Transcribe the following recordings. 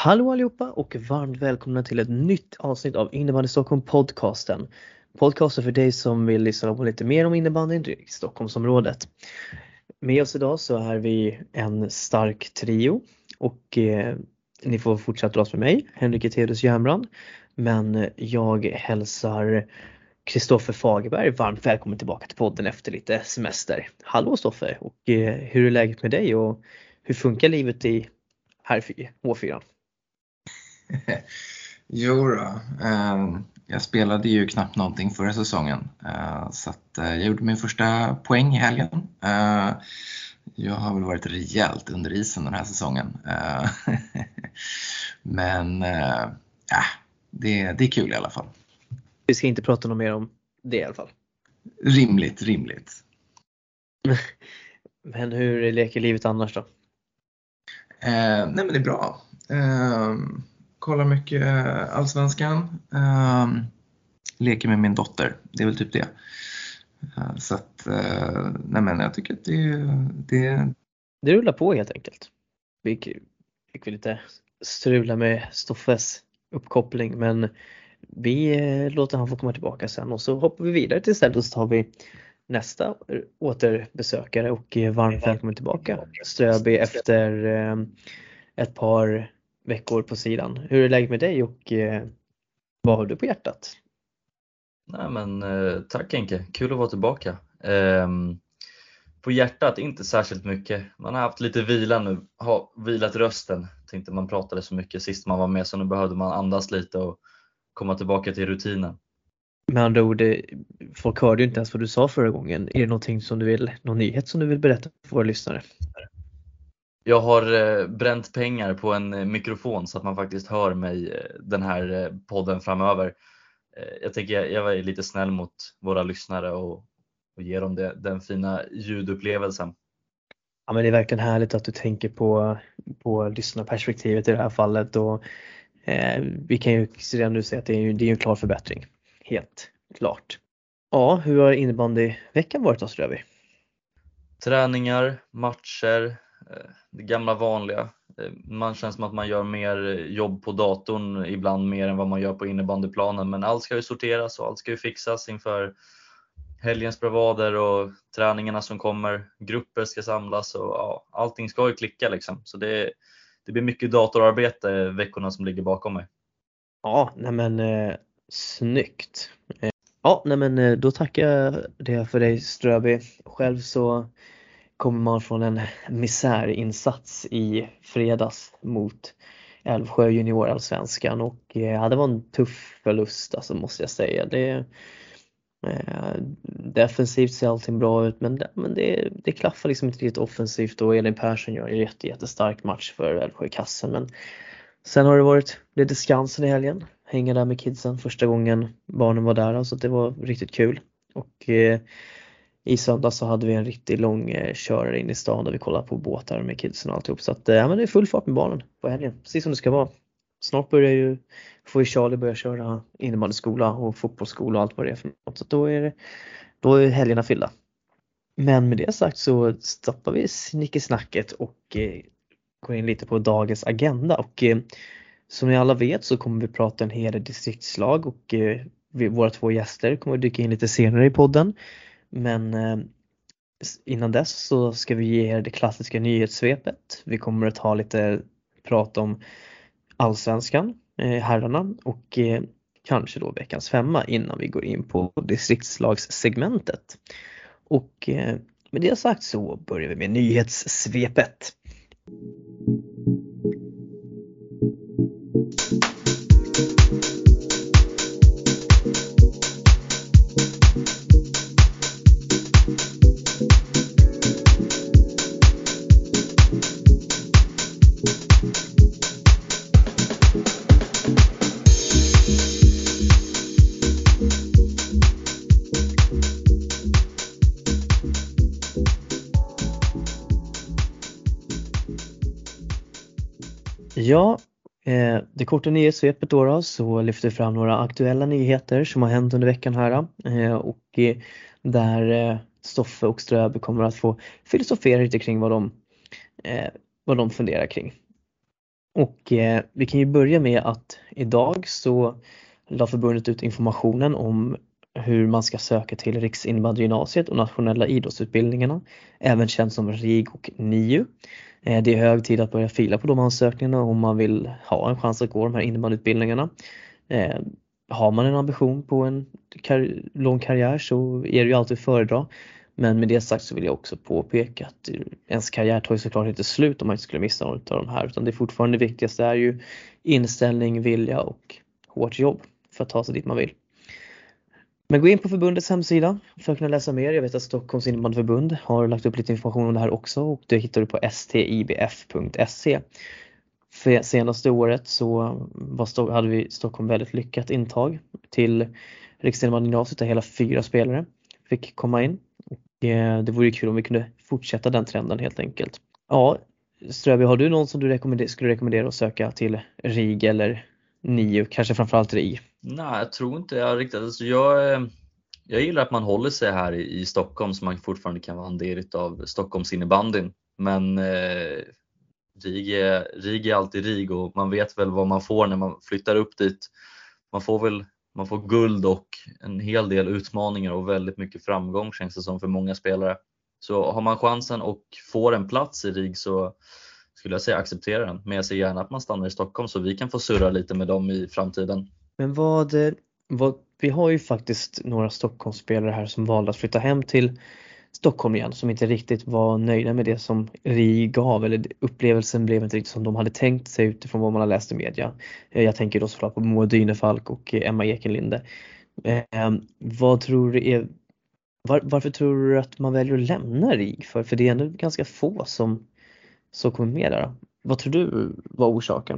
Hallå allihopa och varmt välkomna till ett nytt avsnitt av Innebandy Stockholm podcasten. Podcasten för dig som vill lyssna på lite mer om innebandyn i Stockholmsområdet. Med oss idag så är vi en stark trio och ni får fortsätta dras med mig, Henrik Eteus Järnbrand. Men jag hälsar Kristoffer Fagerberg varmt välkommen tillbaka till podden efter lite semester. Hallå Stoffer, och hur är läget med dig och hur funkar livet i H4? Jo då, jag spelade ju knappt någonting förra säsongen, så att jag gjorde min första poäng i helgen. Jag har väl varit rejält under isen den här säsongen. Men det är kul i alla fall. Vi ska inte prata något mer om det i alla fall. Rimligt. Men hur leker livet annars då? Nej men det är bra. Kollar mycket Allsvenskan. Leker med min dotter. Det är väl typ det. Så att nej men jag tycker att det rullar på helt enkelt. Vi fick lite strula med Stoffes uppkoppling, men vi låter han få komma tillbaka sen och så hoppar vi vidare till istället och så tar vi nästa återbesökare och varmt välkommen tillbaka Ströby efter ett par veckor på sidan. Hur är läget med dig och vad har du på hjärtat? Nej men tack Enke, kul att vara tillbaka. På hjärtat inte särskilt mycket. Man har haft lite vila nu, har vilat rösten. Tänkte man pratade så mycket sist man var med, så nu behövde man andas lite och komma tillbaka till rutinen. Med andra ord, folk hörde ju inte ens vad du sa förra gången. Är det någon nyhet som du vill berätta för våra lyssnare? Jag har bränt pengar på en mikrofon så att man faktiskt hör mig den här podden framöver. Jag tänker jag är lite snäll mot våra lyssnare och ger dem den fina ljudupplevelsen. Ja, men det är verkligen härligt att du tänker på lyssnarperspektivet i det här fallet, och vi kan ju redan nu säga att det är en klar förbättring. Helt klart. Ja, hur har innebandyveckan varit då, Ströby? Träningar, matcher, det gamla vanliga. Man känns som att man gör mer jobb på datorn ibland, mer än vad man gör på innebandyplanen. Men allt ska ju sorteras och allt ska ju fixas inför helgens bravader och träningarna som kommer. Grupper ska samlas och ja, allting ska ju klicka liksom. Så det blir mycket datorarbete veckorna som ligger bakom mig. Ja, nej men snyggt. Ja, nej men då tackar jag det för dig Ströby. Själv så kommer man från en misärinsats i fredags mot Älvsjö juniorallsvenskan, och det var en tuff förlust, alltså, måste jag säga. Defensivt ser allting bra ut, men det klaffar liksom inte riktigt offensivt, och Elin Persson gör en jättestark match för Älvsjö i kassen. Men sen har det varit lite Skansen i helgen, hänga där med kidsen första gången barnen var där, så det var riktigt kul. Och i söndag så hade vi en riktigt lång körare in i stan där vi kollade på båtar med kidsen och alltihop. Så att men det är full fart med barnen på helgen, precis som det ska vara. Snart får ju Charlie börja köra innebandyskola och fotbollsskola och allt vad det är för något. Så då är helgerna fyllda. Men med det sagt så stoppar vi snickesnacket och går in lite på dagens agenda. Och som ni alla vet så kommer vi prata en hel del distriktslag, och våra två gäster kommer dyka in lite senare i podden. Men innan dess så ska vi ge er det klassiska nyhetssvepet. Vi kommer att ha lite prat om Allsvenskan, herrarna, och kanske då veckans femma innan vi går in på distriktslagssegmentet. Och med det sagt så börjar vi med nyhetssvepet. Ja, det korta nyhetssvepet då så lyfter fram några aktuella nyheter som har hänt under veckan här, och där Stoffe och Ströby kommer att få filosofera lite kring vad de funderar kring. Och vi kan ju börja med att idag så la förbundet ut informationen om hur man ska söka till Riksinnebandy-gymnasiet och nationella idrottsutbildningarna, även känt som RIG och NIU. Det är hög tid att börja fila på de ansökningarna om man vill ha en chans att gå de här innebandyutbildningarna. Har man en ambition på en lång karriär så är det ju alltid föredra. Men med det sagt så vill jag också påpeka att ens karriär tar ju såklart inte slut om man inte skulle missa något av de här. Utan det fortfarande viktigaste är ju inställning, vilja och hårt jobb för att ta sig dit man vill. Men gå in på förbundets hemsida för att kunna läsa mer. Jag vet att Stockholms innebandyförbund har lagt upp lite information om det här också. Och det hittar du på stibf.se. För senaste året så hade vi Stockholm väldigt lyckat intag till Riksinnebandy-gymnasiet där hela 4 spelare fick komma in. Och det vore ju kul om vi kunde fortsätta den trenden helt enkelt. Ja, Ströby, har du någon som du skulle rekommendera att söka till RIG eller NIU? Kanske framförallt RIG? Nej, jag tror inte jag riktigt. Alltså jag gillar att man håller sig här i Stockholm så man fortfarande kan vara en del av Stockholms innebandyn. Men RIG är alltid RIG och man vet väl vad man får när man flyttar upp dit. Man får guld och en hel del utmaningar och väldigt mycket framgång känns det som för många spelare. Så har man chansen och får en plats i RIG så skulle jag säga acceptera den. Men jag ser gärna att man stannar i Stockholm så vi kan få surra lite med dem i framtiden. Men vi har ju faktiskt några Stockholmsspelare här som valde att flytta hem till Stockholm igen, som inte riktigt var nöjda med det som RIG gav, eller upplevelsen blev inte riktigt som de hade tänkt sig utifrån vad man har läst i media. Jag tänker då såklart på Moa Dynefalk och Emma Ekenlinde. Varför tror du att man väljer att lämna RIG? För det är ändå ganska få som kommer med där. Vad tror du var orsaken?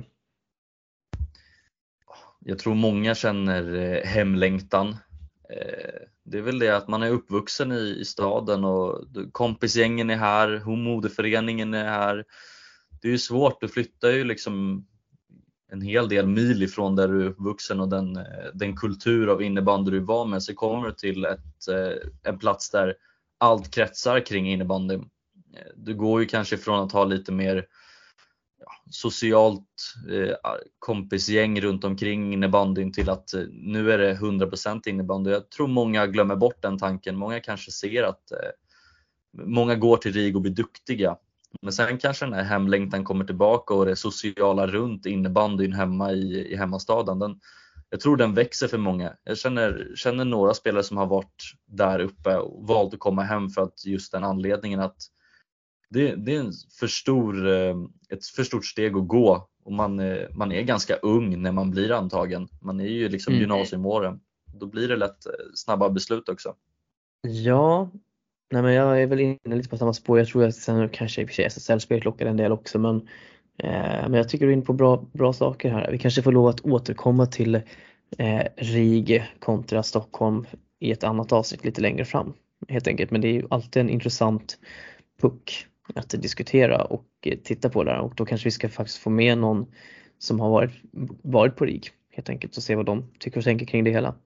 Jag tror många känner hemlängtan. Det är väl det att man är uppvuxen i staden och kompisgängen är här, homodeföreningen är här. Det är ju svårt, du flyttar ju liksom en hel del mil ifrån där du är uppvuxen och den kultur av innebandy du var med. Så kommer du till en plats där allt kretsar kring innebandy. Du går ju kanske från att ha lite mer socialt kompisgäng runt omkring innebandyn till att nu är det 100% innebandy. Jag tror många glömmer bort den tanken. Många kanske ser att många går till RIG och blir duktiga. Men sen kanske den här hemlängtan kommer tillbaka och det sociala runt innebandyn hemma i hemmastaden. Jag tror den växer för många. Jag känner några spelare som har varit där uppe och valt att komma hem för att just den anledningen att det är ett för stort steg att gå och man är ganska ung när man blir antagen. Man är ju liksom gymnasiemåren. Då blir det lätt snabba beslut också. Ja, nej men jag är väl inne lite på samma spår. Jag tror att sen kanske i och för sig SSL-spel lockar en del också. Men jag tycker du är inne på bra saker här. Vi kanske får lov att återkomma till RIG kontra Stockholm i ett annat avsnitt lite längre fram. Helt enkelt. Men det är ju alltid en intressant puck att diskutera och titta på där. Och då kanske vi ska faktiskt få med någon som har varit på RIG helt enkelt och se vad de tycker och tänker kring det hela.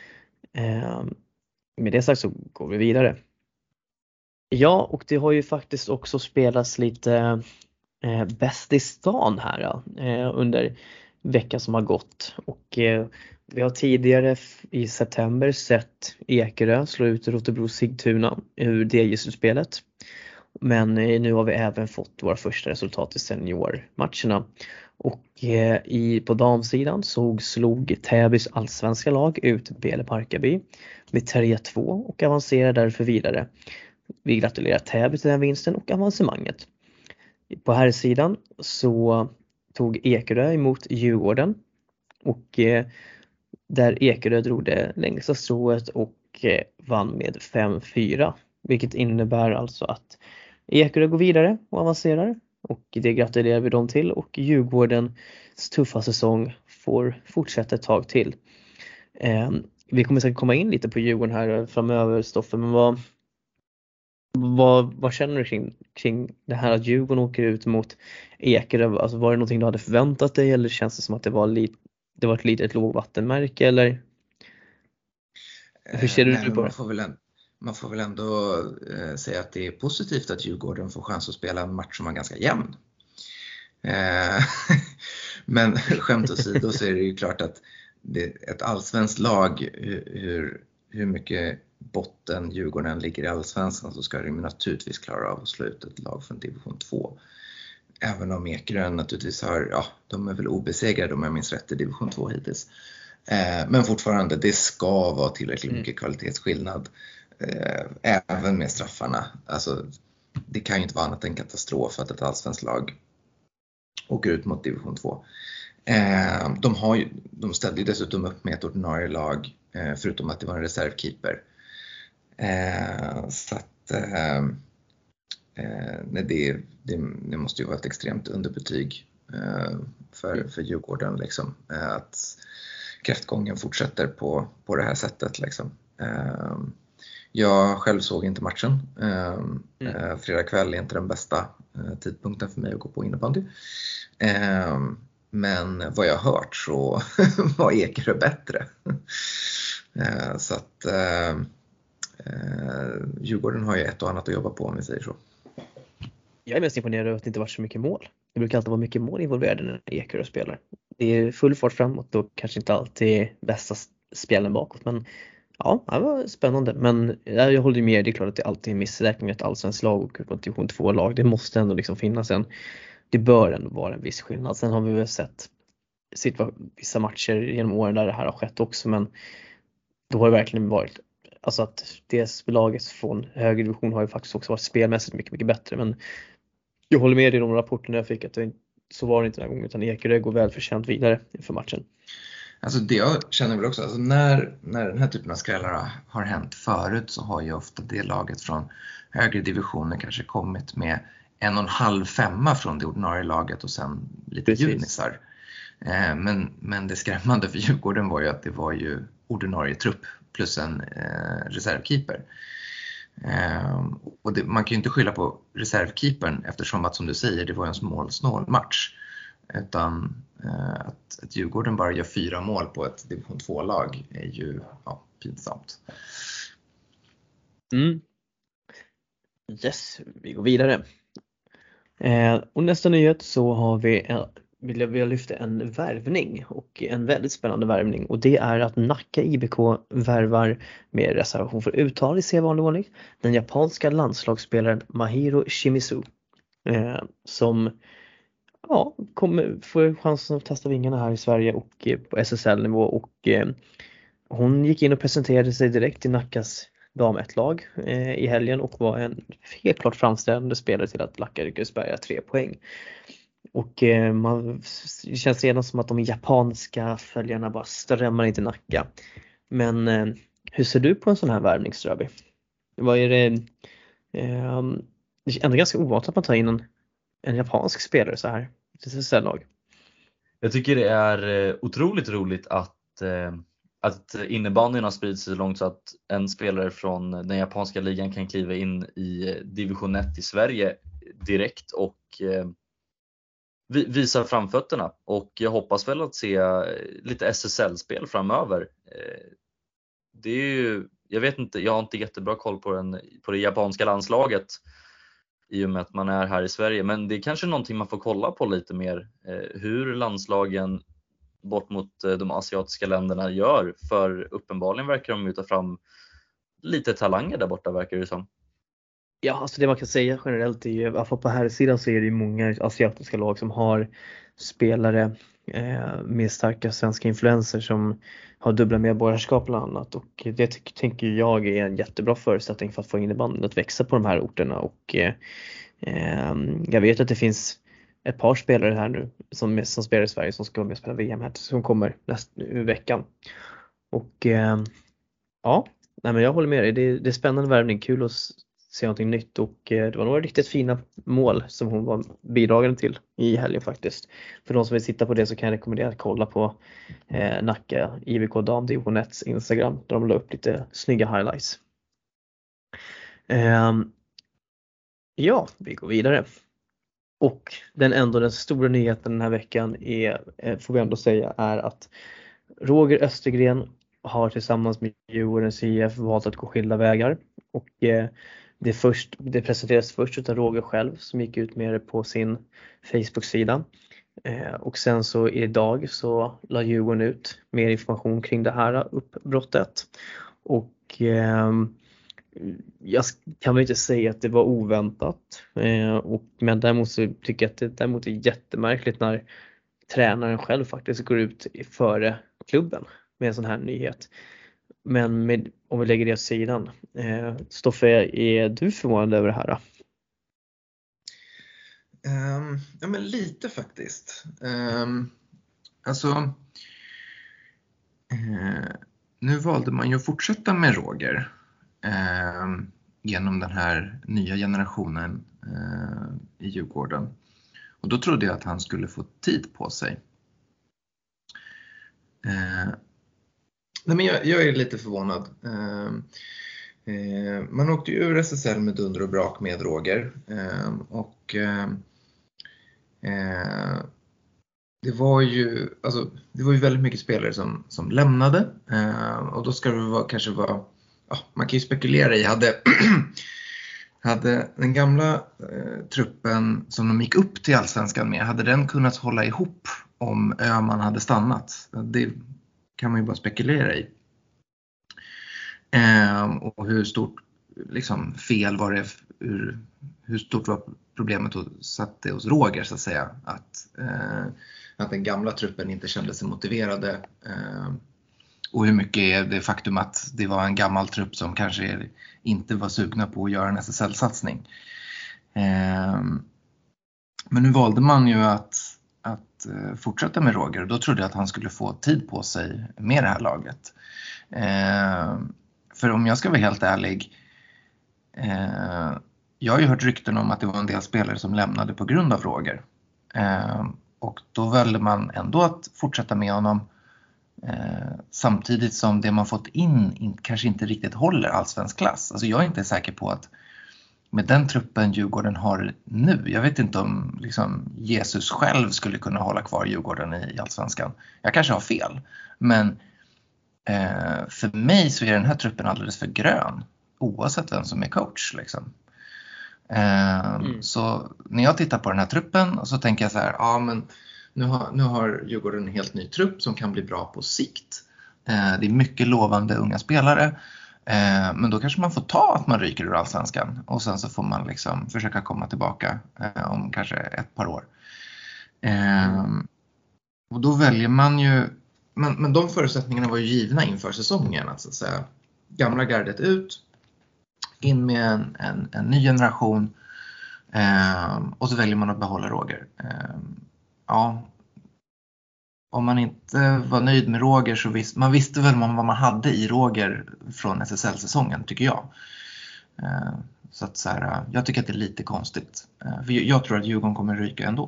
Med det sagt så går vi vidare. Ja, och det har ju faktiskt också spelats lite bäst i stan här under veckan som har gått. Och vi har tidigare i september sett Ekerö slå ut Rotebro Sigtuna ur DJ-slutspelet. Men nu har vi även fått våra första resultat i seniormatcherna. Och på damsidan så slog Täbys allsvenska lag ut Bele Parkaby med 3-2 och avancerar därför vidare. Vi gratulerar Täby till den vinsten och avancemanget. På här sidan så tog Ekerö emot Djurgården och där Ekerö drog det längsta strået och vann med 5-4. Vilket innebär alltså att Ekerö går vidare och avancerar och det gratulerar vi dem till och Djurgårdens tuffa säsong får fortsätta ett tag till. Vi kommer säkert komma in lite på Djurgården här framöver, Stoffe, men vad känner du kring det här att Djurgården åker ut mot Ekerö? Alltså var det någonting du hade förväntat dig eller känns det som att det var ett litet lågvattenmärke eller hur ser du på det? Man får väl ändå säga att det är positivt att Djurgården får chans att spela en match som är ganska jämn. Men skämt åsido så är det ju klart att ett allsvenskt lag, hur mycket botten Djurgården ligger i allsvenskan, så ska de naturligtvis klara av att slå ut ett lag från division 2. Även om Ekerö naturligtvis de är väl obesegrade om jag minns rätt i division 2 hittills. Men fortfarande, det ska vara tillräckligt mycket kvalitetsskillnad. Även med straffarna. Alltså, det kan ju inte vara annat än katastrof att ett allsvenskt lag åker ut mot division 2. De ställde ju dessutom upp med ett ordinarie lag, förutom att det var en reservkeeper. Så att det måste ju vara ett extremt underbetyg för Djurgården liksom, att kräftgången fortsätter på det här sättet liksom. Jag själv såg inte matchen. Fredag kväll är inte den bästa tidpunkten för mig att gå på innebandy. Men vad jag har hört så var Ekerö bättre. Så att Djurgården har ju ett och annat att jobba på, om vi säger så. Jag är mest imponerad över att det inte varit så mycket mål. Det brukar alltid vara mycket mål involverade när Ekerö spelar. Det är full fart framåt och kanske inte alltid bästa spelen bakåt. Men ja, det var spännande. Men jag håller med, det är klart att det alltid är en missräkning att allsvenskt lag och division 2-lag. Det måste ändå liksom finnas det bör ändå vara en viss skillnad. Sen har vi väl sett vissa matcher genom åren där det här har skett också. Men då har det verkligen varit, alltså att det laget från högre division har ju faktiskt också varit spelmässigt mycket, mycket bättre. Men jag håller med i de rapporterna jag fick att så var det inte den här gången, utan Ekerö går väl förtjänt vidare för matchen. Alltså det jag känner väl också, alltså när den här typen av skrällar har hänt förut, så har ju ofta det laget från högre divisioner kanske kommit med 1,5 från det ordinarie laget och sen lite junisar. Men det skrämmande för Djurgården var ju att det var ju ordinarie trupp plus en reservkeeper. Och man kan ju inte skylla på reservkeepern, eftersom att, som du säger, det var en målsnål match. Utan att Djurgården bara gör 4 mål på ett division 2-lag är ju pinsamt. Yes, vi går vidare. Och nästa nyhet så har vi lyfta en värvning, och en väldigt spännande värvning, och det är att Nacka IBK värvar, med reservation för uttal i sedvanlig ordning, den japanska landslagsspelaren Mahiro Shimizu, som kommer få chansen att testa vingarna här i Sverige och på SSL-nivå, och hon gick in och presenterade sig direkt i Nackas dam 1-lag i helgen och var en helt klart framstående spelare till att Nacka lyckades bärga 3 poäng. Och det känns redan som att de japanska följarna bara strömmar in till Nacka. Men hur ser du på en sån här värvning, Ströby? Vad är det? Det är ändå ganska ovanligt att man tar in en japansk spelare så här till SSL-lag. Jag tycker det är otroligt roligt att innebandyn har spridit sig så långt så att en spelare från den japanska ligan kan kliva in i division 1 i Sverige direkt och visa framfötterna. Och jag hoppas väl att se lite SSL-spel framöver. Det är ju, jag vet inte, jag har inte jättebra koll på det japanska landslaget i och med att man är här i Sverige, men det är kanske någonting man får kolla på lite mer, hur landslagen bort mot de asiatiska länderna gör, för uppenbarligen verkar de ta fram lite talanger där borta, verkar det som. Ja, alltså det man kan säga generellt är ju, i alla fall på här sidan så är det ju många asiatiska lag som har spelare med starka svenska influenser som har dubbla medborgarskap bland annat, och det tänker jag är en jättebra förutsättning för att få innebandyn att växa på de här orterna. Och jag vet att det finns ett par spelare här nu som spelar i Sverige som ska vara med och spela VM här, som kommer i veckan. Och men jag håller med dig, det är spännande värvning, kul att se någonting nytt, och det var några riktigt fina mål som hon var bidragande till i helgen faktiskt. För de som vill titta på det så kan jag rekommendera att kolla på Nacka IBK Dam Division 1 Instagram, där de la upp lite snygga highlights. Ja, vi går vidare. Och den stora nyheten den här veckan får vi ändå säga, är att Roger Östergren har tillsammans med Djurgårdens IF valt att gå skilda vägar. Och det presenterades först av Roger själv, som gick ut med det på sin Facebook-sida. Och sen så idag så la Djurgården ut mer information kring det här uppbrottet. Och jag kan väl inte säga att det var oväntat. Men däremot så tycker jag att det däremot är jättemärkligt när tränaren själv faktiskt går ut före klubben med en sån här nyhet. Men om vi lägger det åt sidan. Stoffe, är du förvånad över det här då? Ja, men lite faktiskt. Nu valde man ju att fortsätta med Roger genom den här nya generationen i Djurgården. Och då trodde jag att han skulle få tid på sig. Nej, men jag är lite förvånad. Man åkte ju ur SSL med dunder och brak med Roger. Och det var ju väldigt mycket spelare som lämnade. Och då ska det kanske vara, man kan ju spekulera i, hade den gamla truppen som de gick upp till Allsvenskan med, hade den kunnat hålla ihop om Öhman hade stannat? Det kan man ju bara spekulera i. Och hur stort liksom, fel var det, hur stort var problemet och satt det hos Roger så att säga, att den gamla truppen inte kände sig motiverade, och hur mycket är det faktum att det var en gammal trupp som kanske inte var sugna på att göra en SSL-satsning. Men nu valde man ju att fortsätta med Roger, och då trodde jag att han skulle få tid på sig med det här laget. För om jag ska vara helt ärlig, jag har ju hört rykten om att det var en del spelare som lämnade på grund av Roger. Och då valde man ändå att fortsätta med honom, samtidigt som det man fått in kanske inte riktigt håller allsvensk klass. Alltså jag är inte säker på att med den truppen Djurgården har nu, jag vet inte om liksom Jesus själv skulle kunna hålla kvar Djurgården i allsvenskan. Jag kanske har fel, men för mig så är den här truppen alldeles för grön, oavsett vem som är coach liksom. Så när jag tittar på den här truppen och så tänker jag så här, men nu har Djurgården en helt ny trupp som kan bli bra på sikt. Det är mycket lovande unga spelare, men då kanske man får ta att man ryker ur allsvenskan, och sen så får man liksom försöka komma tillbaka om kanske ett par år. Och då väljer man ju, men de förutsättningarna var ju givna inför säsongen, att, så att säga, gamla gardet ut, in med en ny generation, och så väljer man att behålla Roger. Om man inte var nöjd med Roger så man visste väl vad man hade i Roger från SSL-säsongen, tycker jag. Så att så här, jag tycker att det är lite konstigt. För jag tror att Djurgården kommer ryka ändå.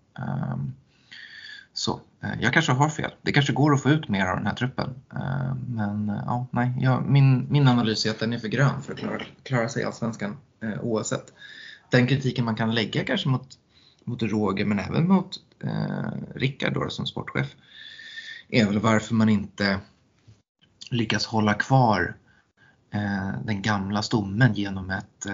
Så jag kanske har fel. Det kanske går att få ut mer av den här truppen. Men min analys är att den är för grön för att klara sig i allsvenskan oavsett. Den kritiken man kan lägga kanske mot Roger, men även mot Rickard då, som sportchef, är väl varför man inte lyckas hålla kvar den gamla stommen genom ett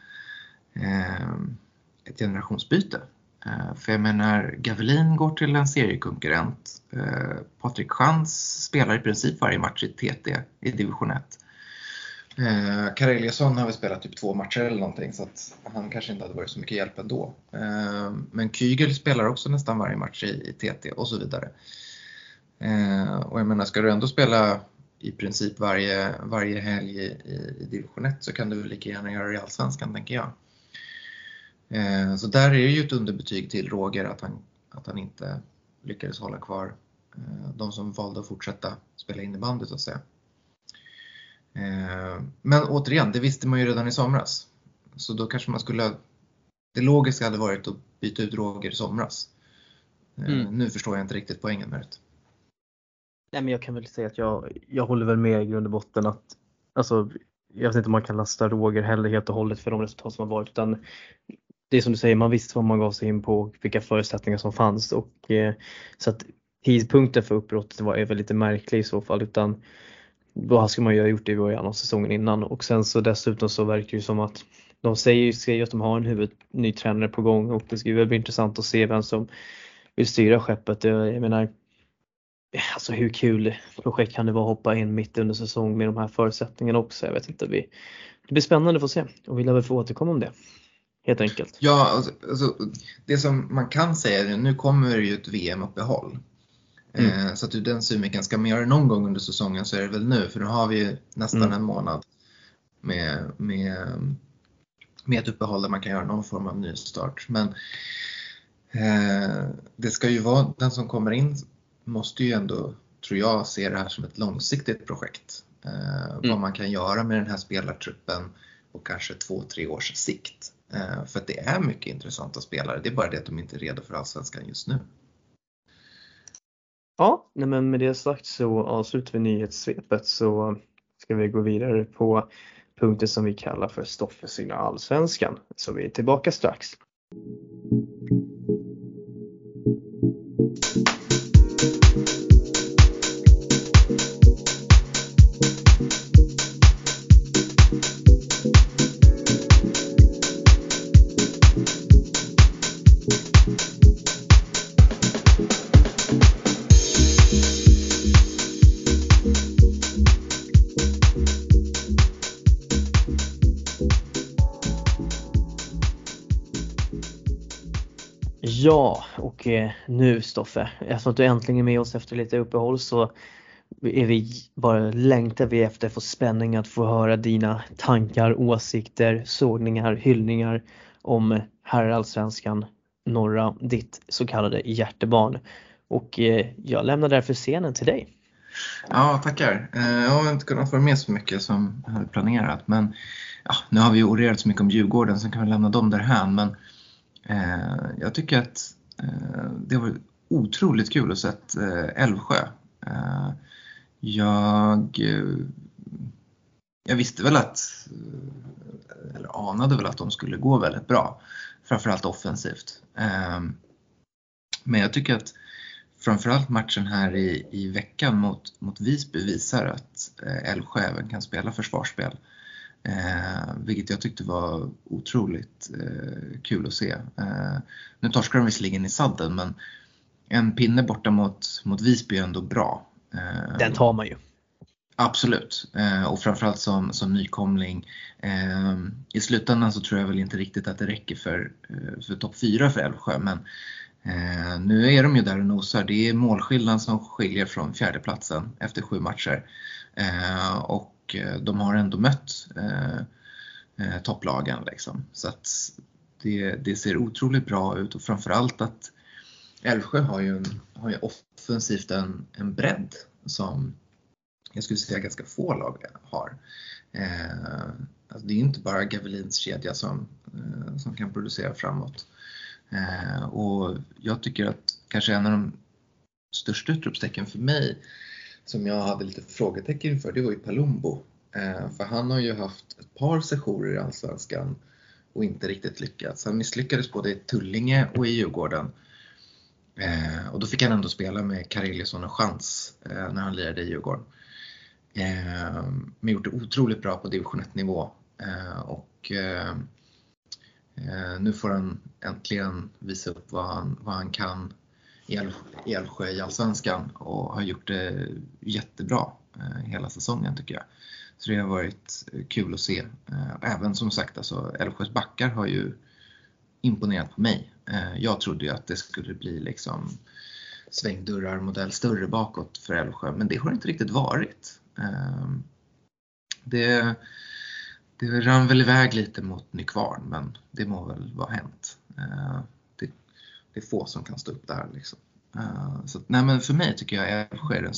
generationsbyte. För jag menar, Gavelin går till en seriekonkurrent. Patrik Schantz spelar i princip varje match i TT i division 1. Kareliasson har väl spelat typ 2 matcher eller någonting, så att han kanske inte hade varit så mycket hjälp ändå. Men Kygel spelar också nästan varje match i TT och så vidare. Och jag menar, ska du ändå spela i princip varje helg i division 1, så kan du väl lika gärna göra det i allsvenskan, tänker jag. Så där är det ju ett underbetyg till Roger att han inte lyckades hålla kvar de som valde att fortsätta spela innebandy, så att säga. Men återigen, det visste man ju redan i somras. Så då kanske det logiska hade varit att byta ut Roger i somras. Nu förstår jag inte riktigt poängen med det. Nej, men jag kan väl säga att jag håller väl med i grund och botten att, alltså, jag vet inte om man kan lasta Roger heller helt och hållet för de resultat som har varit, utan det är som du säger, man visste vad man gav sig in på, vilka förutsättningar som fanns, och så att tidpunkten för uppbrottet var väl lite märklig i så fall, utan då ska man ju ha gjort det i början av säsongen innan. Och sen så dessutom så verkar det ju som att de säger ju att de har en ny tränare på gång, och det ska ju väl bli intressant att se vem som vill styra skeppet. Jag menar, alltså hur kul projekt kan det vara att hoppa in mitt under säsong med de här förutsättningarna också? Jag vet inte, det blir spännande att få se och vi lär väl få återkomma om det. Helt enkelt. Ja, alltså, det som man kan säga är att nu kommer det ju ett VM-uppehåll. Så att ur den synvinkeln, ska man göra det någon gång under säsongen så är det väl nu. För nu har vi ju nästan en månad med ett uppehåll där man kan göra någon form av nystart. Men det ska ju vara, den som kommer in måste ju ändå, tror jag, se det här som ett långsiktigt projekt. Vad man kan göra med den här spelartruppen på kanske 2-3 års sikt. För att det är mycket intressanta spelare. Det är bara det att de inte är redo för Allsvenskan just nu. Ja, men med det sagt så avslutar vi nyhetssvepet, så ska vi gå vidare på punkter som vi kallar för stoffesynliga Allsvenskan. Så vi är tillbaka strax. Ja, och nu Stoffe, eftersom att du äntligen är med oss efter lite uppehåll så längtar vi efter för spänning att få höra dina tankar, åsikter, sågningar, hyllningar om herrallsvenskan norra, ditt så kallade hjärtebarn. Och jag lämnar därför scenen till dig. Ja, tackar. Jag har inte kunnat vara med så mycket som jag hade planerat, men ja, nu har vi ju orerat så mycket om Djurgården så kan vi lämna dem därhän, men jag tycker att det var otroligt kul att se Älvsjö. Jag visste väl eller anade väl att de skulle gå väldigt bra, framförallt offensivt. Men jag tycker att framförallt matchen här i veckan mot Visby visar att Älvsjö även kan spela försvarsspel. Vilket jag tyckte var otroligt kul att se. Nu torskar de visserligen i sadden, men en pinne borta mot Visby är ändå bra. Den tar man ju. Absolut, och framförallt som nykomling. I slutändan så tror jag väl inte riktigt att det räcker för topp 4 för Älvsjö, men nu är de ju där och nosar. Det är målskillnaden som skiljer från 4:e platsen efter 7 matcher. Och de har ändå mött topplagen liksom. Så att det ser otroligt bra ut, och framförallt att Älvsjö har ju offensivt en bredd som jag skulle säga ganska få lag har. Alltså det är ju inte bara Gavelins kedja som kan producera framåt. Och jag tycker att kanske en av de största utropstecken för mig som jag hade lite frågetecken för, det var ju Palumbo. För han har ju haft ett par sessioner i Allsvenskan och inte riktigt lyckats. Han misslyckades både i Tullinge och i Djurgården. Och då fick han ändå spela med Kareliusson och Chans när han lirade i Djurgården. Men gjort det otroligt bra på division 1-nivå. Och nu får han äntligen visa upp vad han kan i Älvsjö i Allsvenskan, och har gjort det jättebra hela säsongen tycker jag. Så det har varit kul att se. Även som sagt, alltså, Älvsjös backar har ju imponerat på mig. Jag trodde ju att det skulle bli liksom svängdörrar modell större bakåt för Älvsjö, men det har inte riktigt varit. Det rann väl iväg lite mot Nykvarn, men det må väl vara hänt. Det är få som kan stå upp där liksom. Så nej, men för mig tycker jag Älvsjö är den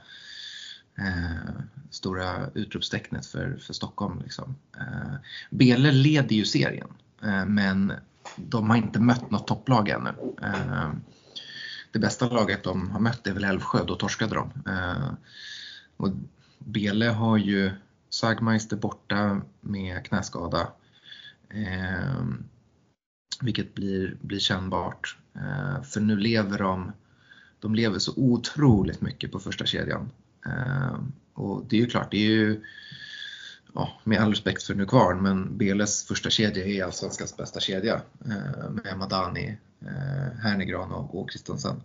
stora utropstecknet för Stockholm liksom. Bele leder ju serien, men de har inte mött något topplag ännu. Det bästa laget de har mött är väl Älvsjö, då torskade de. Och Bele har ju Sagmeister borta med knäskada, vilket blir kännbart. För nu lever de lever så otroligt mycket på första kedjan. Och det är ju klart, det är ju, ja, med all respekt för Nykvarn, men Beles första kedja är Allsvenskans bästa kedja, med Madani, Hernegran och Kristensen.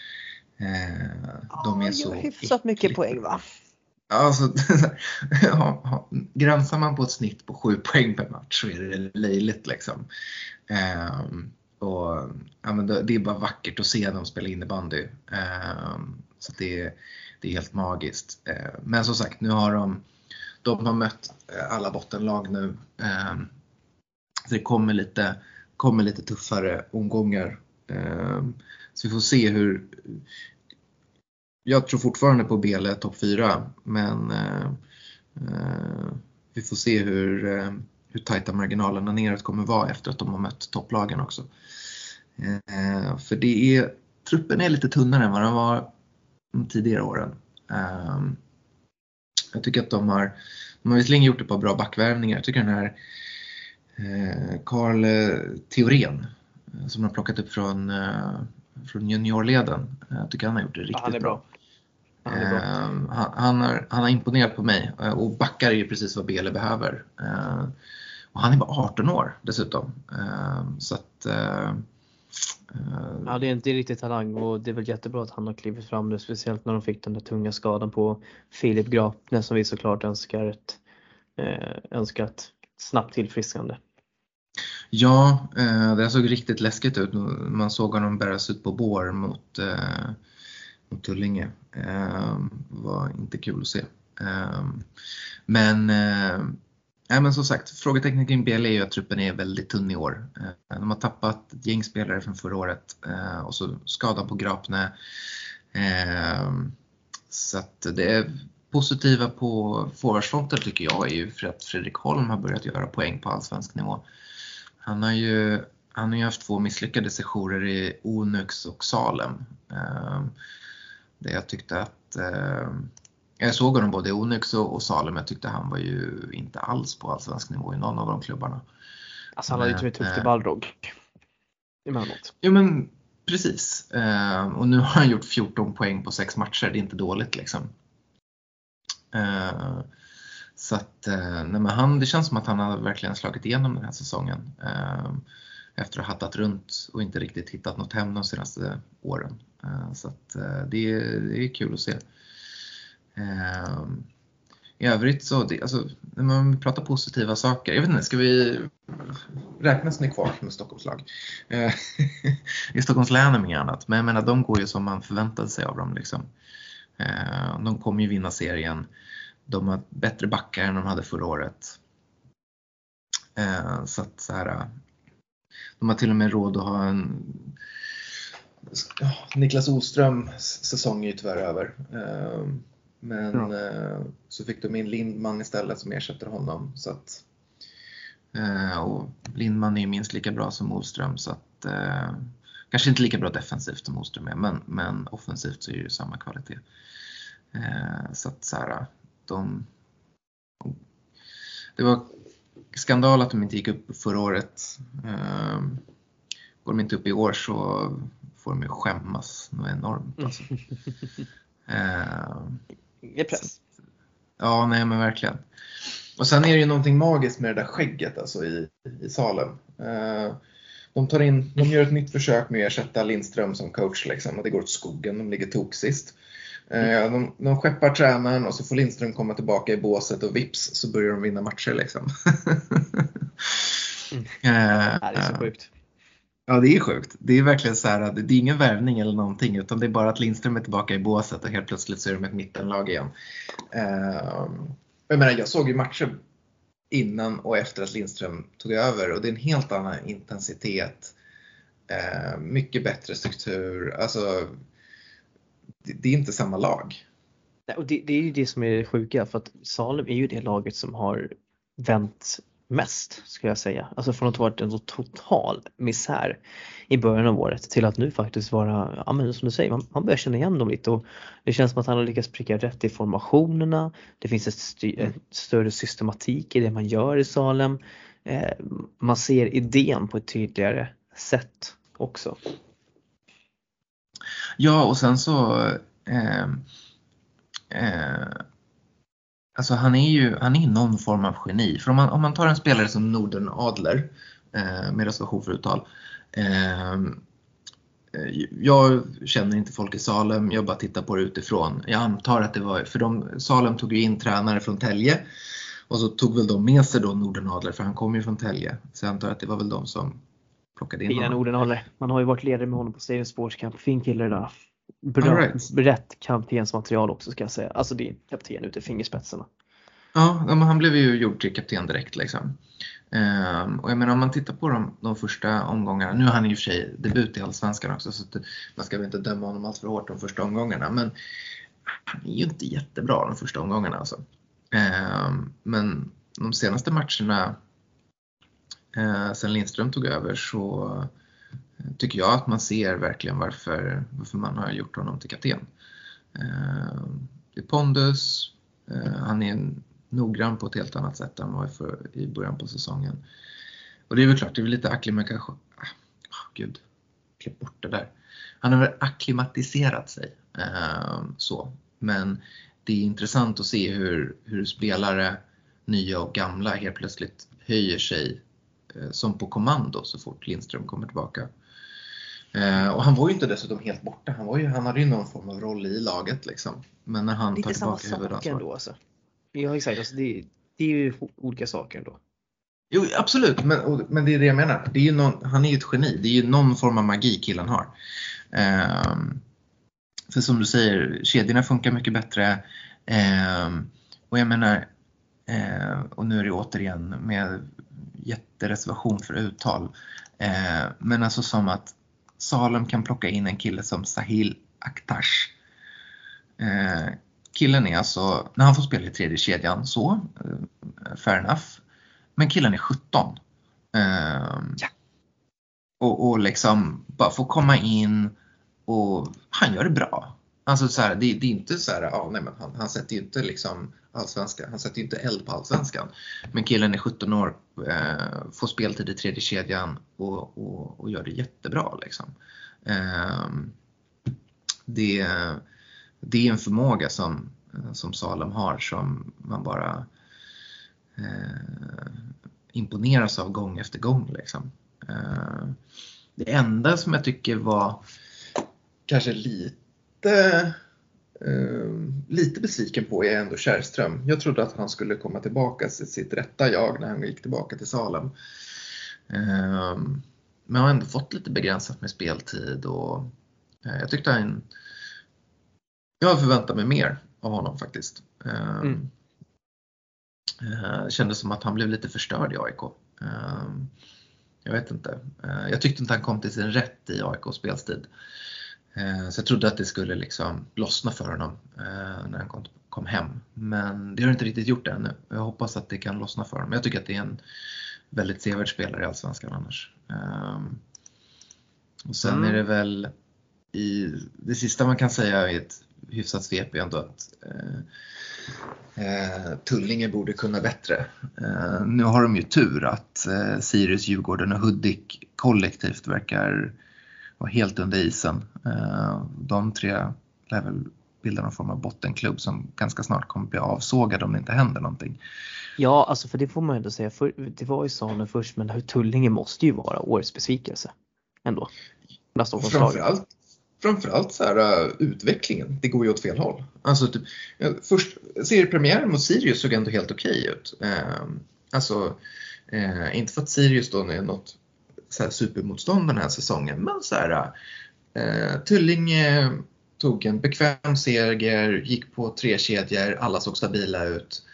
De är så hyfsat mycket poäng, va? Alltså, gränsar man på ett snitt på 7 poäng per match så är det löjligt liksom. Och men det är bara vackert att se dem spela innebandy. Så det är helt magiskt. Men som sagt, nu har de har mött alla bottenlag nu. Så det kommer lite tuffare omgångar. Så vi får se hur. Jag tror fortfarande på Bele topp 4, men vi får se hur tajta marginalerna neråt kommer vara efter att de har mött topplagen också. För truppen är lite tunnare än vad den var de tidigare åren. Jag tycker att de har visserligen gjort ett par bra backvärvningar. Jag tycker den här Carl Theorén som de har plockat upp från juniorleden. Jag tycker han har gjort det riktigt bra. Han har imponerat på mig, och backar är ju precis vad Bele behöver. Och han är bara 18 år dessutom. Så att ja, det är inte riktigt talang, och det är väl jättebra att han har klivit fram nu, speciellt när de fick den där tunga skadan på Filip Grapne, som vi såklart önskar ett snabbt tillfriskande. Ja, det såg riktigt läskigt ut. Man såg honom bäras ut på bår mot Tullinge. Var inte kul att se. Men som sagt, frågetecknet kring BL är ju att truppen är väldigt tunn i år. De har tappat ett gäng spelare från förra året, och så skadan på Grapne. Så att det är positiva på forwardsfronten tycker jag är ju för att Fredrik Holm har börjat göra poäng på allsvensk nivå. Han har ju haft 2 misslyckade sessioner i Onux och Salem. Det jag tyckte att jag såg honom både i Onux och Salem. Jag tyckte han var ju inte alls på allsvensk nivå i någon av de klubbarna. Alltså han hade ju tufft i Balrog emellanåt. Jo men precis. Och nu har han gjort 14 poäng på 6 matcher. Det är inte dåligt liksom. Så att det känns som att han har verkligen slagit igenom den här säsongen. Efter att ha hattat runt och inte riktigt hittat något hem de senaste åren. Så att det är kul att se. I övrigt så, när man pratar positiva saker, jag vet inte, ska vi räknas ni kvar med Stockholmslag? I Stockholms län är mycket annat, men jag menar, de går ju som man förväntade sig av dem liksom. De kommer ju vinna serien. De har bättre backar än de hade förra året. Så att så här, de har till och med råd att ha Niklas Oströms säsong är ju tyvärr över. Men så fick de in Lindman istället som ersätter honom. Så att, och Lindman är ju minst lika bra som Oström. Så att, kanske inte lika bra defensivt som Oström är. Men offensivt så är det ju samma kvalitet. Så att så här, det var skandal att de inte gick upp förra året. Går de inte upp i år så får de ju skämmas något enormt alltså. Det är press. Ja, nej men verkligen. Och sen är det ju någonting magiskt med det där skägget alltså i Salem. De gör ett nytt försök med att ersätta Lindström som coach liksom, och det går åt skogen, de ligger toksist. De skeppar tränaren och så får Lindström komma tillbaka i båset och vips så börjar de vinna matcher liksom. Det är så sjukt. Ja, det är sjukt. Det är verkligen så här att det är ingen värvning eller någonting, utan det är bara att Lindström är tillbaka i båset och helt plötsligt så är de ett mittenlag igen. Jag såg ju matcher innan och efter att Lindström tog över, och det är en helt annan intensitet. Mycket bättre struktur. Alltså det är inte samma lag. Och det är ju det som är det sjuka, för att Salem är ju det laget som har vänt mest, ska jag säga. Alltså från att ha varit en så total misär i början av året till att nu faktiskt vara, ja men som du säger, man börjar känna igen dem lite, och det känns som att han har lyckats pricka rätt i formationerna. Det finns ett större systematik i det man gör i Salem. Man ser idén på ett tydligare sätt också. Ja, och sen så alltså han är någon form av geni. För om man tar en spelare som Norden Adler, med reservation för uttal, jag känner inte folk i Salem, jag bara tittar på det utifrån. Jag antar att det var, för Salem tog ju in tränare från Tälje och så tog väl de med sig då Nordenadler, för han kom ju från Tälje. Så jag antar att det var väl de som plockade in Fina honom. Nordenadler. Man har ju varit ledare med honom på Stadium Sports Camp. Fin kille det där. All right. Rätt kaptensmaterial också, ska jag säga. Alltså det är kapten ute i fingerspetsarna. Ja, men han blev ju gjord till kapten direkt liksom. Och jag menar, om man tittar på de första omgångarna, nu har han i och för sig debut i Allsvenskan också, så att man ska väl inte döma honom allt för hårt de första omgångarna, men han är ju inte jättebra de första omgångarna alltså. Men de senaste matcherna sen Lindström tog över, så tycker jag att man ser verkligen varför man har gjort honom till kapten. Det är pondus, han är noggrann på ett helt annat sätt än vad var i början på säsongen. Och det är väl klart, det är väl lite akklimatisation. Gud, klipp bort det där. Han har väl akklimatiserat sig. Så. Men det är intressant att se hur spelare, nya och gamla, helt plötsligt höjer sig som på kommando så fort Lindström kommer tillbaka. Och han var ju inte dessutom helt borta. Han hade ju någon form av roll i laget liksom. Men när han tar tillbaka huvudansvaret ändå alltså. Ja, exakt. Alltså, det är ju olika saker ändå. Jo, absolut. Men det är det jag menar. Det är ju han är ju ett geni. Det är ju någon form av magi killen har. För som du säger, kedjorna funkar mycket bättre. Och jag menar, och nu är det återigen med jättereservation för uttal. Men alltså som att Salem kan plocka in en kille som Sahil Akhtash. Killen är alltså, när han får spela i tredje kedjan så, fair enough. Men killen är 17. Ja. Och liksom bara få komma in och han gör det bra. Alltså så här, det är inte så här, nej, men han sätter ju inte liksom allsvenskan, han sätter ju inte eld på allsvenskan. Men killen är 17 år, får speltid i tredje kedjan och gör det jättebra liksom. Det är en förmåga som Salem har som man bara imponeras av gång efter gång liksom. Det enda som jag tycker var kanske lite besviken på är ändå Kärrström. Jag trodde att han skulle komma tillbaka till sitt rätta jag när han gick tillbaka till Salem. Men har ändå fått lite begränsat med speltid och jag tyckte jag förväntar mig mer av honom faktiskt. Kändes som att han blev lite förstörd i AIK. Jag vet inte. Jag tyckte inte han kom till sin rätt i AIKs speltid. Så jag trodde att det skulle liksom lossna för honom när han kom hem. Men det har inte riktigt gjort det ännu. Jag hoppas att det kan lossna för honom. Jag tycker att det är en väldigt sevärd spelare i Allsvenskan annars. Och sen är det väl det sista man kan säga i ett hyfsat svep är ändå att Tullinge borde kunna bättre. Nu har de ju tur att Sirius, Djurgården och Hudik kollektivt verkar vara helt under isen. De tre lär väl bilda någon form av bottenklubb som ganska snart kommer bli avsågad om det inte händer någonting. Ja, alltså för det får man ändå säga. Det var ju Salem först, men Tullinge måste ju vara årets besvikelse ändå. Framförallt så här, utvecklingen, det går ju åt fel håll. Alltså typ, först seriepremiären mot Sirius såg ändå helt okej ut. Inte för att Sirius då är något så här supermotstånd den här säsongen, men så här, Tullinge tog en bekväm seger, gick på 3 kedjor, alla såg stabila ut.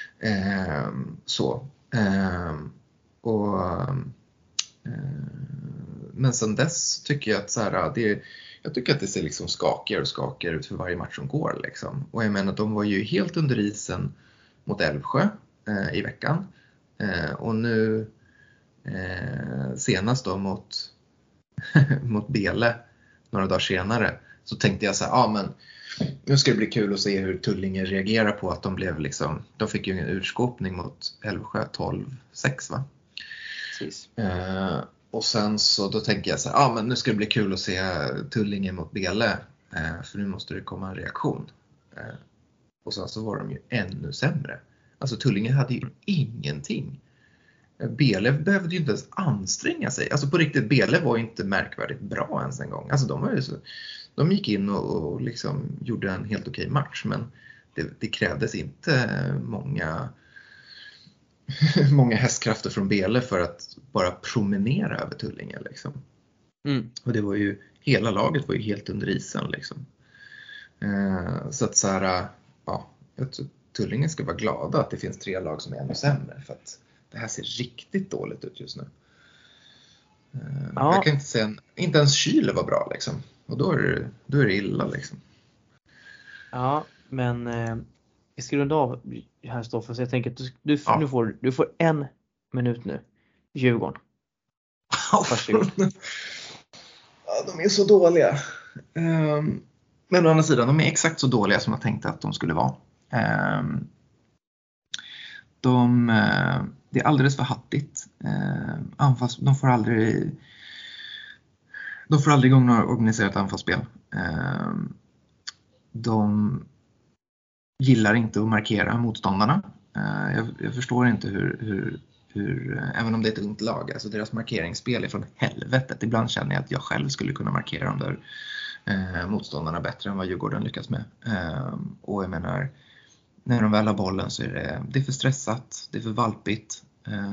Men sen dess tycker jag att så här, jag tycker att det ser liksom skakigare ut för varje match som går liksom. Och jag menar, de var ju helt under isen mot Älvsjö i veckan. Och nu senast då mot Bele några dagar senare så tänkte jag så här, men nu ska det bli kul att se hur Tullinge reagerar på att de fick ju en urskåpning mot Älvsjö 12-6 va? Precis. Och sen så då tänker jag så här, men nu ska det bli kul att se Tullinge mot Bele, för nu måste det komma en reaktion. Och sen så var de ju ännu sämre. Alltså Tullinge hade ju ingenting. Belev behövde ju inte ens anstränga sig. Alltså på riktigt, Belev var ju inte märkvärdigt bra ens en gång. Alltså de gick in och liksom gjorde en helt okej match, men det krävdes inte många hästkrafter från Belev för att bara promenera över Tullinge liksom. Och det var ju, hela laget var ju helt under isen liksom. Så att så här, ja, jag tror Tullinge ska vara glada att det finns 3 lag som är ännu sämre, för att det här ser riktigt dåligt ut just nu. Jag kan inte säga, inte ens Kyle var bra liksom. Och då är det illa liksom. Ja, men vi ska runda av här, Stoffer, så jag tänker att du får 1 minut nu. Djurgården. Varsågod. Ja, de är så dåliga. Men å andra sidan, de är exakt så dåliga som jag tänkte att de skulle vara. Det är alldeles för hattigt. De får aldrig igång något organiserat anfallsspel. De gillar inte att markera motståndarna. Jag förstår inte hur även om det är ett ungt lag, alltså deras markeringsspel är från helvetet. Ibland känner jag att jag själv skulle kunna markera de där motståndarna bättre än vad Djurgården lyckas med. Och jag menar, när de väl har bollen så är det för stressat, det är för valpigt.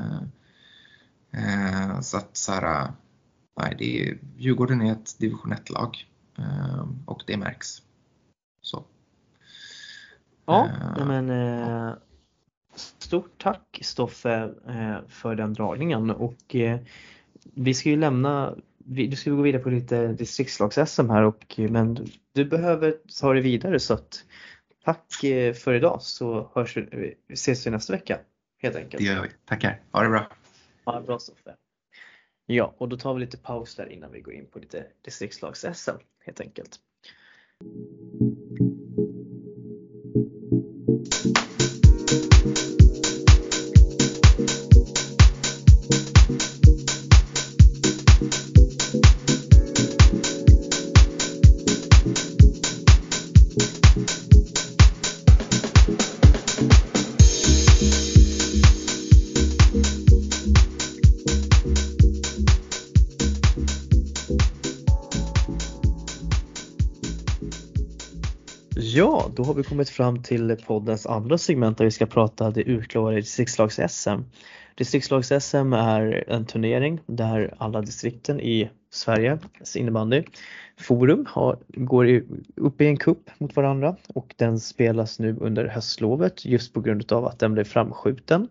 Så att så här, nej, Djurgården är ett division 1-lag och det märks. Så. Ja, men stort tack, Stoffe, för den dragningen. Och vi ska ju du ska gå vidare på lite distriktslags-SM här, men du behöver ta det vidare, så att tack för idag, så ses vi nästa vecka helt enkelt. Det gör vi. Tackar. Ha det bra. Ja, bra, Stoffe. Ja, och då tar vi lite paus där innan vi går in på lite distriktslags-SM helt enkelt. Ja, då har vi kommit fram till poddens andra segment där vi ska prata det utlovade distriktslags-SM. Distriktslags-SM är en turnering där alla distrikten i Sverige, innebandy, forum går upp i en kupp mot varandra, och den spelas nu under höstlovet just på grund av att den blev framskjuten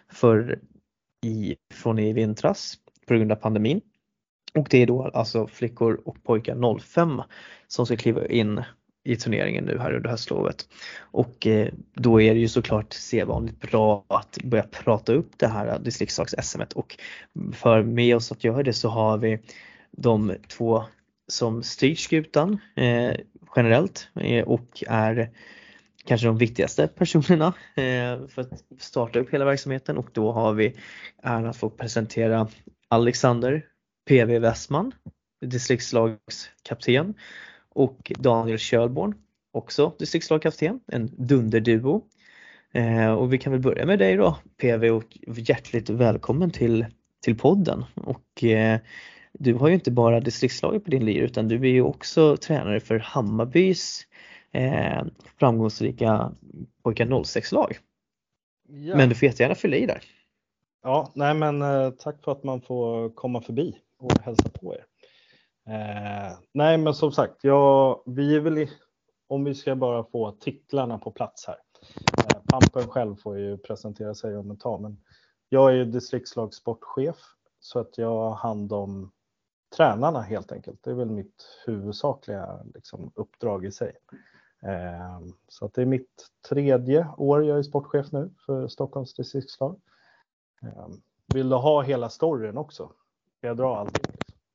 från i vintras på grund av pandemin. Och det är då alltså flickor och pojkar 05 som ska kliva in i turneringen nu här under höstlovet. Och då är det ju såklart sedvanligt bra att börja prata upp det här distriktslags-SM:et, och för med oss att göra det så har vi de 2 som styr skutan generellt och är kanske de viktigaste personerna för att starta upp hela verksamheten, och då har vi äran att få presentera Alexander PV Westman, distriktslagskapten, och Daniel Kjölborn, också distriktslagkapten, en dunderduo. Och vi kan väl börja med dig då, PV, och hjärtligt välkommen till podden. Och du har ju inte bara distriktslaget på din lir, utan du är ju också tränare för Hammarbys framgångsrika pojkar 06-lag. Ja. Men du får jättegärna fylla i där. Ja, nej men tack för att man får komma förbi och hälsa på er. Nej men som sagt, vi är väl om vi ska bara få titlarna på plats här. Pampen själv får ju presentera sig om ett tag, men jag är ju distriktslagssportchef, så att jag har hand om tränarna helt enkelt. Det är väl mitt huvudsakliga uppdrag i sig. Så att det är mitt 3:e år jag är sportchef nu för Stockholms distriktslag. Vill du ha hela storyn också? Ska jag dra allting?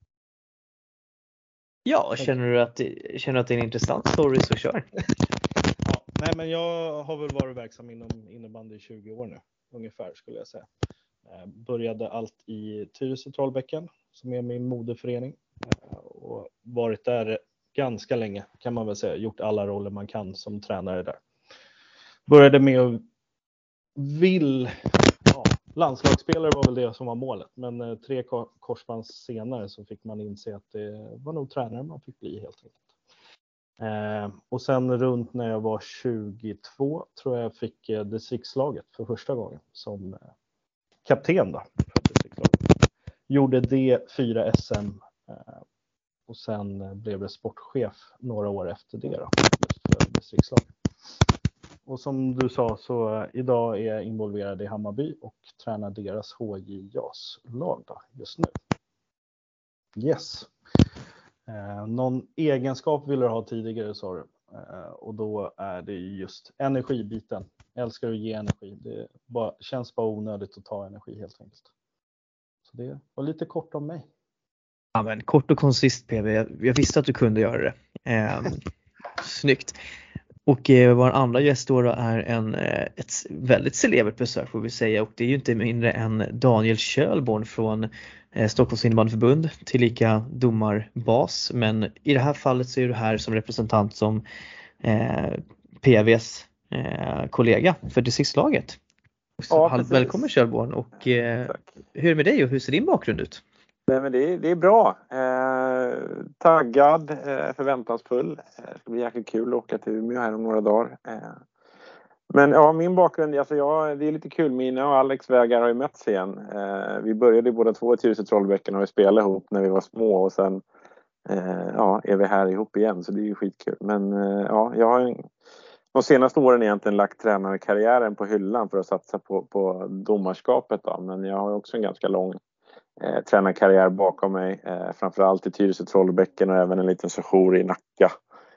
Ja, känner du att det är en intressant story, så kör. Ja, nej men jag har väl varit verksam inom innebandy i 20 år nu, ungefär skulle jag säga. Började allt i Tyresö Trollbäcken, som är min moderförening. Och varit där ganska länge, kan man väl säga. Gjort alla roller man kan som tränare där. Började med att landslagsspelare var väl det som var målet. Men 3 korsbands senare så fick man inse att det var nog tränare man fick bli helt enkelt. Och sen runt när jag var 22 tror jag fick distriktslaget för första gången som kapten då för distriktslaget. Gjorde det 4 SM och sen blev det sportchef några år efter det då, just för distriktslaget. Och som du sa så idag är jag involverad i Hammarby och tränar deras HJ JAS-lag då, just nu. Yes. Någon egenskap vill du ha tidigare sa du. Och då är det just energibiten. Jag älskar att ge energi. Det känns bara onödigt att ta energi helt enkelt. Så det var lite kort om mig. Ja, men kort och koncist PV. Jag visste att du kunde göra det. Snyggt. Och vår andra gäst då är ett väldigt celebert besök får vi säga. Och det är ju inte mindre än Daniel Kjölborn från Stockholms innebandyförbund tillika domarbas. Men i det här fallet så är du här som representant som PVs kollega för distriktslaget. Ja, välkommen Kjölborn. Och hur är det med dig och hur ser din bakgrund ut? Nej, men det är bra. Taggad, förväntansfull. Det ska bli jäkligt kul att åka till Umeå här om några dagar. Men ja, min bakgrund, alltså det är lite kul. Mina och Alex vägar har ju mötts igen. Vi började båda två i Tyresö Trollbäcken och vi spelade ihop när vi var små och sen är vi här ihop igen så det är ju skitkul. Men jag har de senaste åren egentligen lagt tränarkarriären på hyllan för att satsa på domarskapet då. Men jag har också en ganska lång tränarkarriär bakom mig, framförallt i Tyresö Trollbäcken och även en liten sejour i Nacka.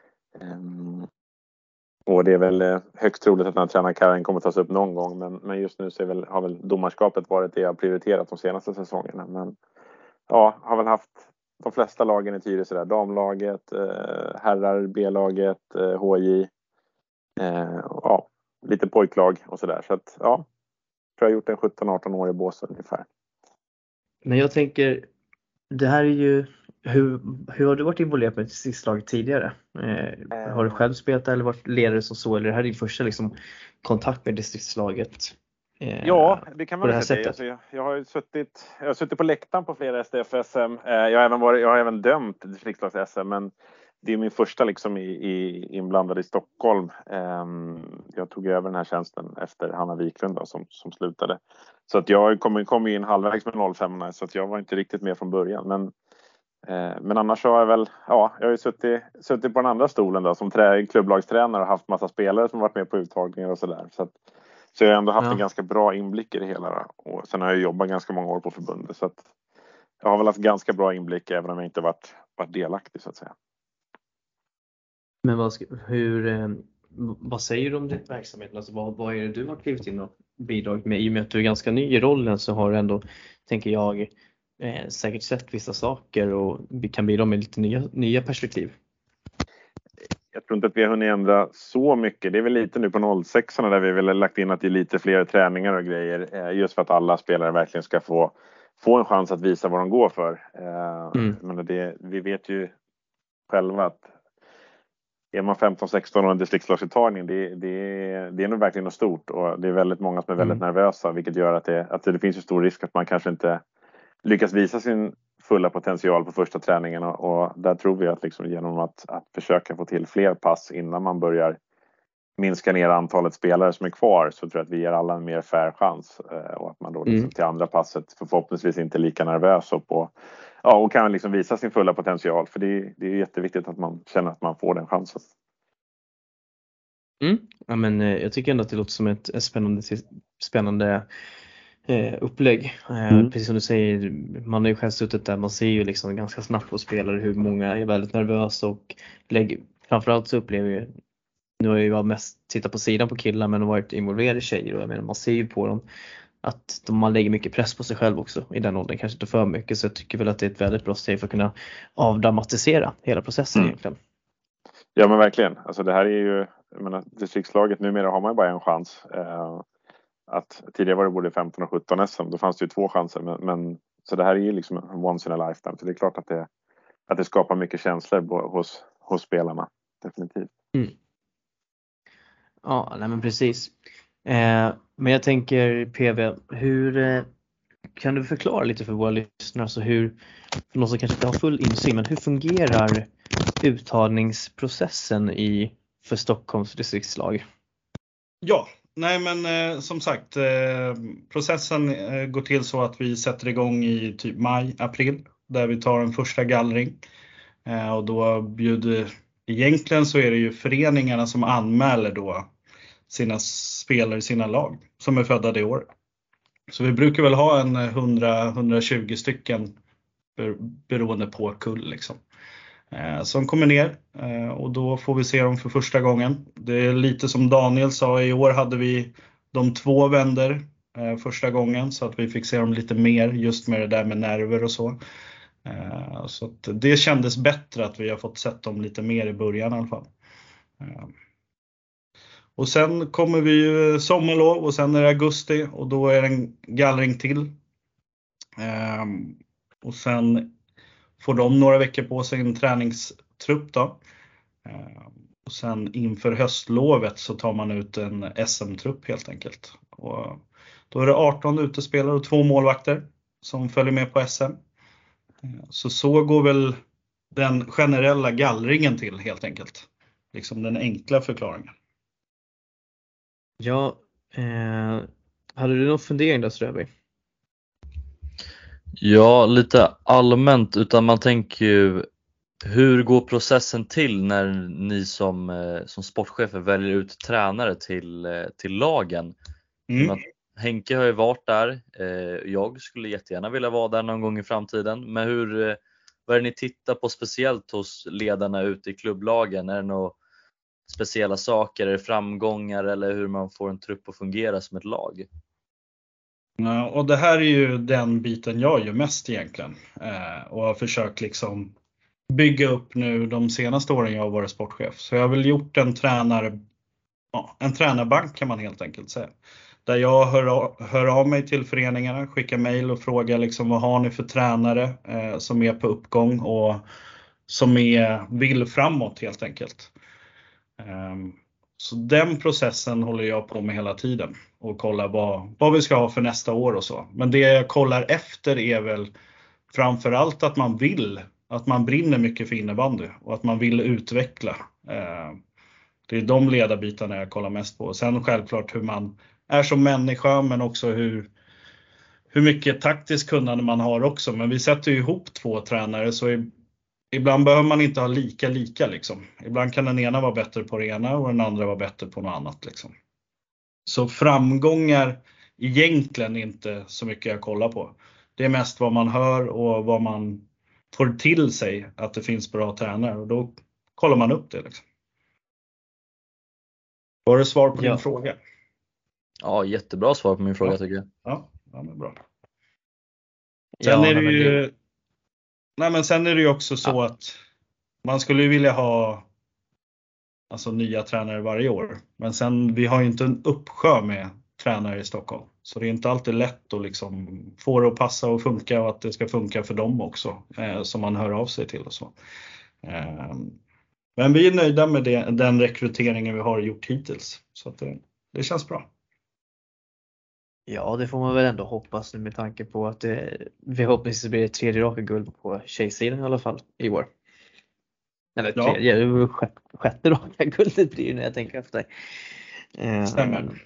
Och det är väl högst troligt att den här tränarkarriären kommer tas upp någon gång, men just nu så har väl domarskapet varit det jag prioriterat de senaste säsongerna. Men ja, har väl haft de flesta lagen i Tyresö där, damlaget, herrar, B-laget, HJ, lite pojklag och sådär. Så att ja, tror jag har gjort en 17-18 år i Båstad ungefär. Men jag tänker, det här är ju, hur har du varit involverad med distriktslaget tidigare? Har du själv spelat eller varit ledare som så? Eller det här är din första liksom, kontakt med distriktslaget? Ja, det kan man väl säga. Alltså, jag har suttit på läktaren på flera SDF-SM. Jag har även dömt distriktslags-SM, men det är min första liksom inblandad i Stockholm. Jag tog över den här tjänsten efter Hanna Wiklund då, som slutade. Så att jag kom in halvvägs med 05 så att jag var inte riktigt med från början. Men annars så har jag väl, jag har ju suttit på den andra stolen då, som klubblagstränare och haft massa spelare som varit med på uttagningar och sådär. Så jag har ändå haft en ganska bra inblick i det hela då. Och sen har jag jobbat ganska många år på förbundet så att jag har väl haft ganska bra inblick även om jag inte varit delaktig så att säga. Men vad säger du om din verksamhet? Alltså vad är det du har klivit in och bidragit med? I och med att du är ganska ny i rollen så har du ändå, tänker jag, säkert sett vissa saker och vi kan bidra med lite nya perspektiv. Jag tror inte att vi har hunnit ändra så mycket. Det är väl lite nu på 06 där vi väl lagt in att det är lite fler träningar och grejer. Just för att alla spelare verkligen ska få en chans att visa vad de går för. Men vi vet ju själva att är man 15-16 och en distriktslagsuttagning, det är nog verkligen något stort. Och det är väldigt många som är väldigt nervösa. Vilket gör att det finns en stor risk att man kanske inte lyckas visa sin fulla potential på första träningen och där tror vi att liksom genom att försöka få till fler pass innan man börjar minska ner antalet spelare som är kvar så tror jag att vi ger alla en mer fair chans och att man då liksom till andra passet förhoppningsvis inte är lika nervös och kan liksom visa sin fulla potential för det är jätteviktigt att man känner att man får den chansen. Ja, men jag tycker ändå att det låter som ett spännande upplägg. Precis som du säger, man har ju själv suttit där, man ser ju liksom ganska snabbt på spelare hur många är väldigt nervösa och framförallt så upplever jag, nu har jag ju mest tittat på sidan på killar men har varit involverade i tjejer och jag menar, man ser ju på dem att man lägger mycket press på sig själv också i den åldern, kanske inte för mycket, så jag tycker väl att det är ett väldigt bra steg för att kunna avdramatisera hela processen egentligen. Ja men verkligen, alltså det här är ju, jag menar, distriktslaget numera har man ju bara en chans. Att tidigare var det både 15 och 17 SM, då fanns det ju 2 chanser men så det här är ju liksom en once in a lifetime så det är klart att det skapar mycket känslor hos spelarna, definitivt. Ja, nej men precis. Men jag tänker PV, hur kan du förklara lite för våra lyssnare, alltså hur, för någon som kanske inte har full insyn, men hur fungerar uttagningsprocessen för Stockholms distriktslag? Ja, nej men som sagt, processen går till så att vi sätter igång i typ maj, april, där vi tar en första gallring. Och då egentligen så är det ju föreningarna som anmäler då sina spelare i sina lag som är födda det året. Så vi brukar väl ha en 100-120 stycken beroende på kull liksom. Som kommer ner och då får vi se dem för första gången. Det är lite som Daniel sa, i år hade vi de 2 vänder första gången, så att vi fick se dem lite mer just med det där med nerver och så. Så att det kändes bättre att vi har fått sett dem lite mer i början i alla fall. Och sen kommer vi ju sommarlov och sen är det augusti och då är det en gallring till. Och sen får de några veckor på sig en träningstrupp då. Och sen inför höstlovet så tar man ut en SM-trupp helt enkelt. Och då är det 18 utespelare och 2 målvakter som följer med på SM. Så går väl den generella gallringen till helt enkelt. Liksom den enkla förklaringen. Ja, hade du någon fundering där, Ströby? Ja, lite allmänt, utan man tänker ju, hur går processen till när ni som sportchefer väljer ut tränare till lagen? Henke har ju varit där, jag skulle jättegärna vilja vara där någon gång i framtiden, men vad är det ni tittar på speciellt hos ledarna ute i klubblagen? Är det några speciella saker, är det framgångar eller hur man får en trupp att fungera som ett lag? Ja, och det här är ju den biten jag gör mest egentligen, och har försökt liksom bygga upp nu de senaste åren jag har varit sportchef. Så jag har väl gjort en tränarbank kan man helt enkelt säga. Där jag hör av mig till föreningarna, skickar mejl och frågar liksom, vad har ni för tränare som är på uppgång och som vill framåt helt enkelt. Så den processen håller jag på med hela tiden och kollar vad vi ska ha för nästa år och så. Men det jag kollar efter är väl framförallt att man brinner mycket för innebandy och att man vill utveckla. Det är de ledarbitarna jag kollar mest på. Sen självklart hur man är som människa, men också hur mycket taktiskt kunnande man har också. Men vi sätter ju ihop 2 tränare, så ibland behöver man inte ha lika liksom. Ibland kan den ena vara bättre på det ena och den andra vara bättre på något annat liksom. Så framgångar egentligen inte så mycket jag kollar på. Det är mest vad man hör och vad man får till sig att det finns bra tränare, och då kollar man upp det liksom. Var det svar på din fråga? Ja, jättebra svar på min fråga tycker jag. Ja, men bra. Sen är det ju sen är det ju också så att man skulle ju vilja ha nya tränare varje år. Men sen, vi har ju inte en uppsjö med tränare i Stockholm. Så det är inte alltid lätt att liksom få det att passa och funka, och att det ska funka för dem också. Som man hör av sig till och så. Men vi är nöjda med den rekryteringen vi har gjort hittills. Så att det känns bra. Ja, det får man väl ändå hoppas nu med tanke på att vi hoppas det blir det 3:e raka guld på tjejsidan i alla fall i år. Eller 3:e, sjätte raka guldet blir det när jag tänker efter. Stämmer.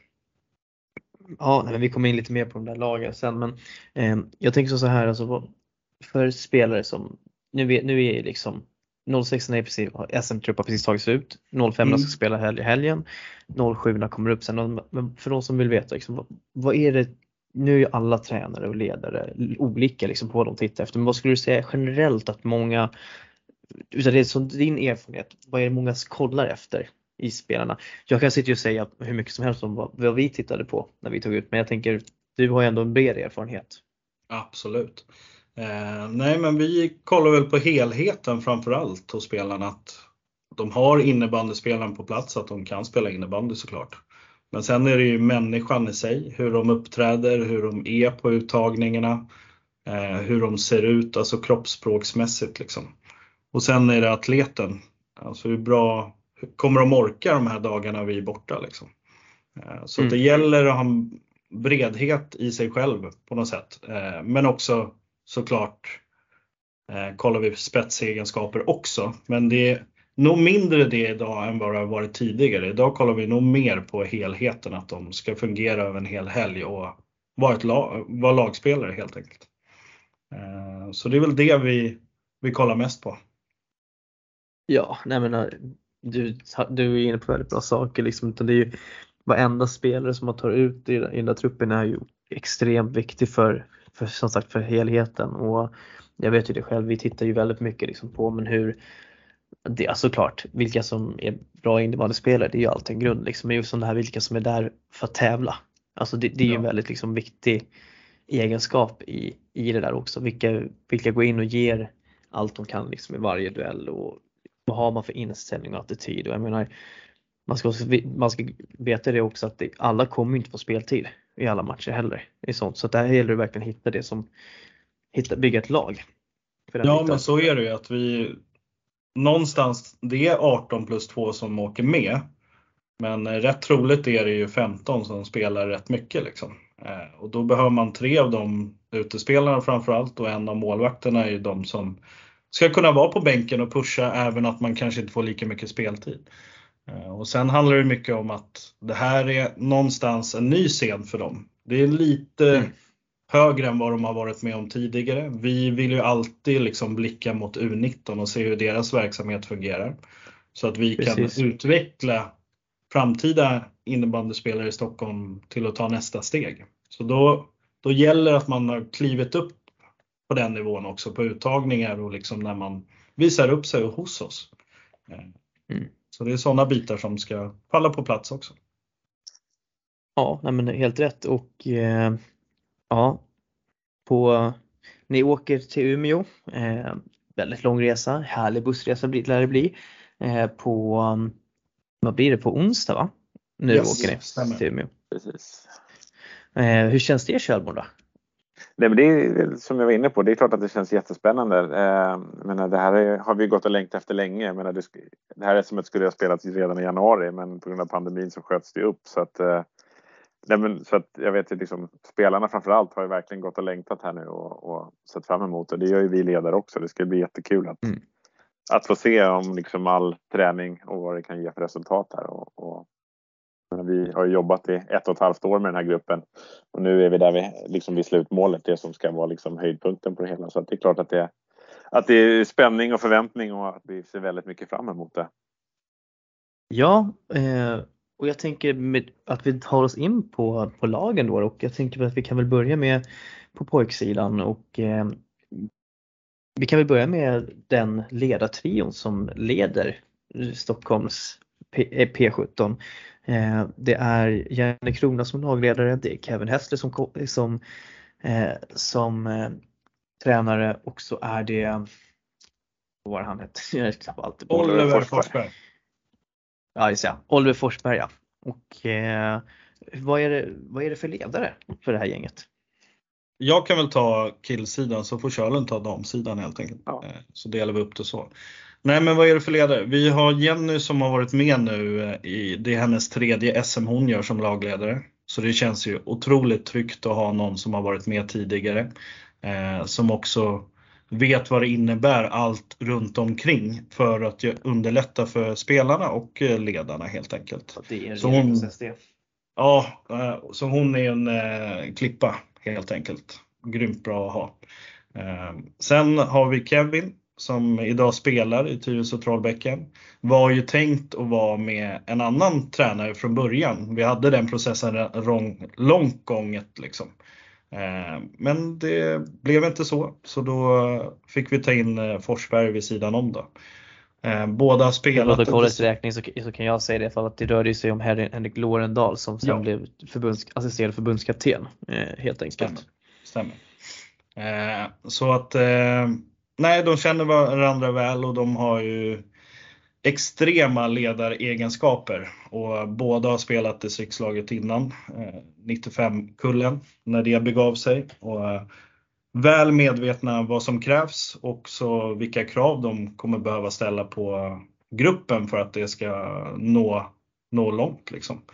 Ja, men vi kommer in lite mer på de där lagen sen, men jag tänker så här, alltså för spelare som nu är liksom 06 är precis, SM-trupp har precis tagits ut, 05 ska spela helgen, 07 kommer upp sen, men för de som vill veta liksom, vad är det, nu är ju alla tränare och ledare olika liksom på vad de tittar efter, men vad skulle du säga generellt att många, utan det är som din erfarenhet, vad är det många kollar efter i spelarna? Jag kan sitta och säga hur mycket som helst om vad vi tittade på när vi tog ut, men jag tänker, du har ju ändå en bred erfarenhet. Absolut. Nej, men vi kollar väl på helheten framförallt hos spelarna, att de har innebandyspelaren på plats, att de kan spela innebandy såklart. Men sen är det ju människan i sig, hur de uppträder, hur de är på uttagningarna, hur de ser ut, alltså kroppsspråksmässigt liksom. Och sen är det atleten, alltså hur bra kommer de orka de här dagarna vi är borta liksom. Så att det gäller att ha en bredhet i sig själv på något sätt. Men också såklart kollar vi spetsegenskaper också. Men det är nog mindre det idag än vad det har varit tidigare. Idag kollar vi nog mer på helheten, att de ska fungera över en hel helg och vara lagspelare helt enkelt. Så det är väl det vi kollar mest på. Ja, nej men du är inne på väldigt bra saker liksom, utan det är ju varenda spelare som man tar ut i den där truppen är ju extremt viktig för som sagt för helheten, och jag vet ju det själv, vi tittar ju väldigt mycket liksom på men hur det är såklart vilka som är bra innebandyspelare, det är ju alltid en grund liksom, men just som det här vilka som är där för att tävla, alltså det är ju en väldigt liksom viktig egenskap i det där också, vilka går in och ger allt de kan liksom i varje duell, och vad har man för inställning och attityd. Och jag menar, man ska veta det också, att alla kommer inte få speltid i alla matcher heller. Det är sånt. Så där gäller det verkligen hitta det som bygga ett lag. Ja, men så är det ju, att vi någonstans, det är 18 plus 2 som åker med. Men rätt troligt är det ju 15 som spelar rätt mycket liksom. Och då behöver man 3 av de utespelarna framförallt, och en av målvakterna är ju de som ska kunna vara på bänken och pusha, även att man kanske inte får lika mycket speltid. Och sen handlar det mycket om att det här är någonstans en ny scen för dem. Det är lite högre än vad de har varit med om tidigare. Vi vill ju alltid liksom blicka mot U19 och se hur deras verksamhet fungerar. Så att vi kan utveckla framtida innebandyspelare i Stockholm till att ta nästa steg. Så då gäller att man har klivit upp på den nivån också på uttagningar och liksom när man visar upp sig hos oss. Så det är sådana bitar som ska falla på plats också. Ja, nej men helt rätt. Och ni åker till Umeå, väldigt lång resa, härlig bussresa lär det bli, vad blir det, på onsdag va? Nu åker ni till Umeå. Precis. Hur känns det i Kölborn då? Nej, men det är som jag var inne på, det är klart att det känns jättespännande. Men det här har vi gått och längtat efter länge. Men det här SM skulle ha spelats redan i januari, men på grund av pandemin så sköts det upp. Så att jag vet att liksom, spelarna framförallt har ju verkligen gått och längtat här nu och sett fram emot det. Det gör ju vi ledare också. Det ska bli jättekul att få se om liksom all träning och vad det kan ge för resultat här. Och vi har jobbat i 1,5 år med den här gruppen, och nu är vi där liksom vid slutmålet, det som ska vara liksom höjdpunkten på det hela. Så att det är klart att det är spänning och förväntning, och att vi ser väldigt mycket fram emot det. Ja, och jag tänker att vi tar oss in på lagen då, och jag tänker att vi kan väl börja med på pojksidan, och vi kan väl börja med den ledartrion som leder Stockholms P17. Det är Janne Krona som lagledare, det är Kevin Hessler som tränare, och så är det vad var han heter? Oliver Forsberg. Ja, just det. Oliver Forsberg, ja. Och vad är det för ledare för det här gänget? Jag kan väl ta killsidan, så får Körlen ta damsidan helt enkelt. Ja. Så delar vi upp det så. Nej, men vad är det för ledare? Vi har Jenny som har varit med nu det är hennes 3:e SM hon gör som lagledare. Så det känns ju otroligt tryggt att ha någon som har varit med tidigare. Som också vet vad det innebär allt runt omkring för att underlätta för spelarna och ledarna helt enkelt. Det är så så hon är en klippa helt enkelt. Grymt bra att ha. Sen har vi Kevin som idag spelar i Tyresö Trollbäcken. Var ju tänkt att vara med en annan tränare från början. Vi hade den processen långt gånget liksom. Men det blev inte så. Så då fick vi ta in Forsberg vid sidan om då. Båda har spelat. För protokollets räkning så kan jag säga det, för att det rörde sig om Henrik Lorendal som sen blev assisterad förbundskapten helt enkelt. Stämmer. Så att nej, de känner varandra väl, och de har ju extrema ledaregenskaper, och båda har spelat distriktslaget innan 95-kullen när det begav sig, och väl medvetna vad som krävs och så vilka krav de kommer behöva ställa på gruppen för att det ska nå långt liksom.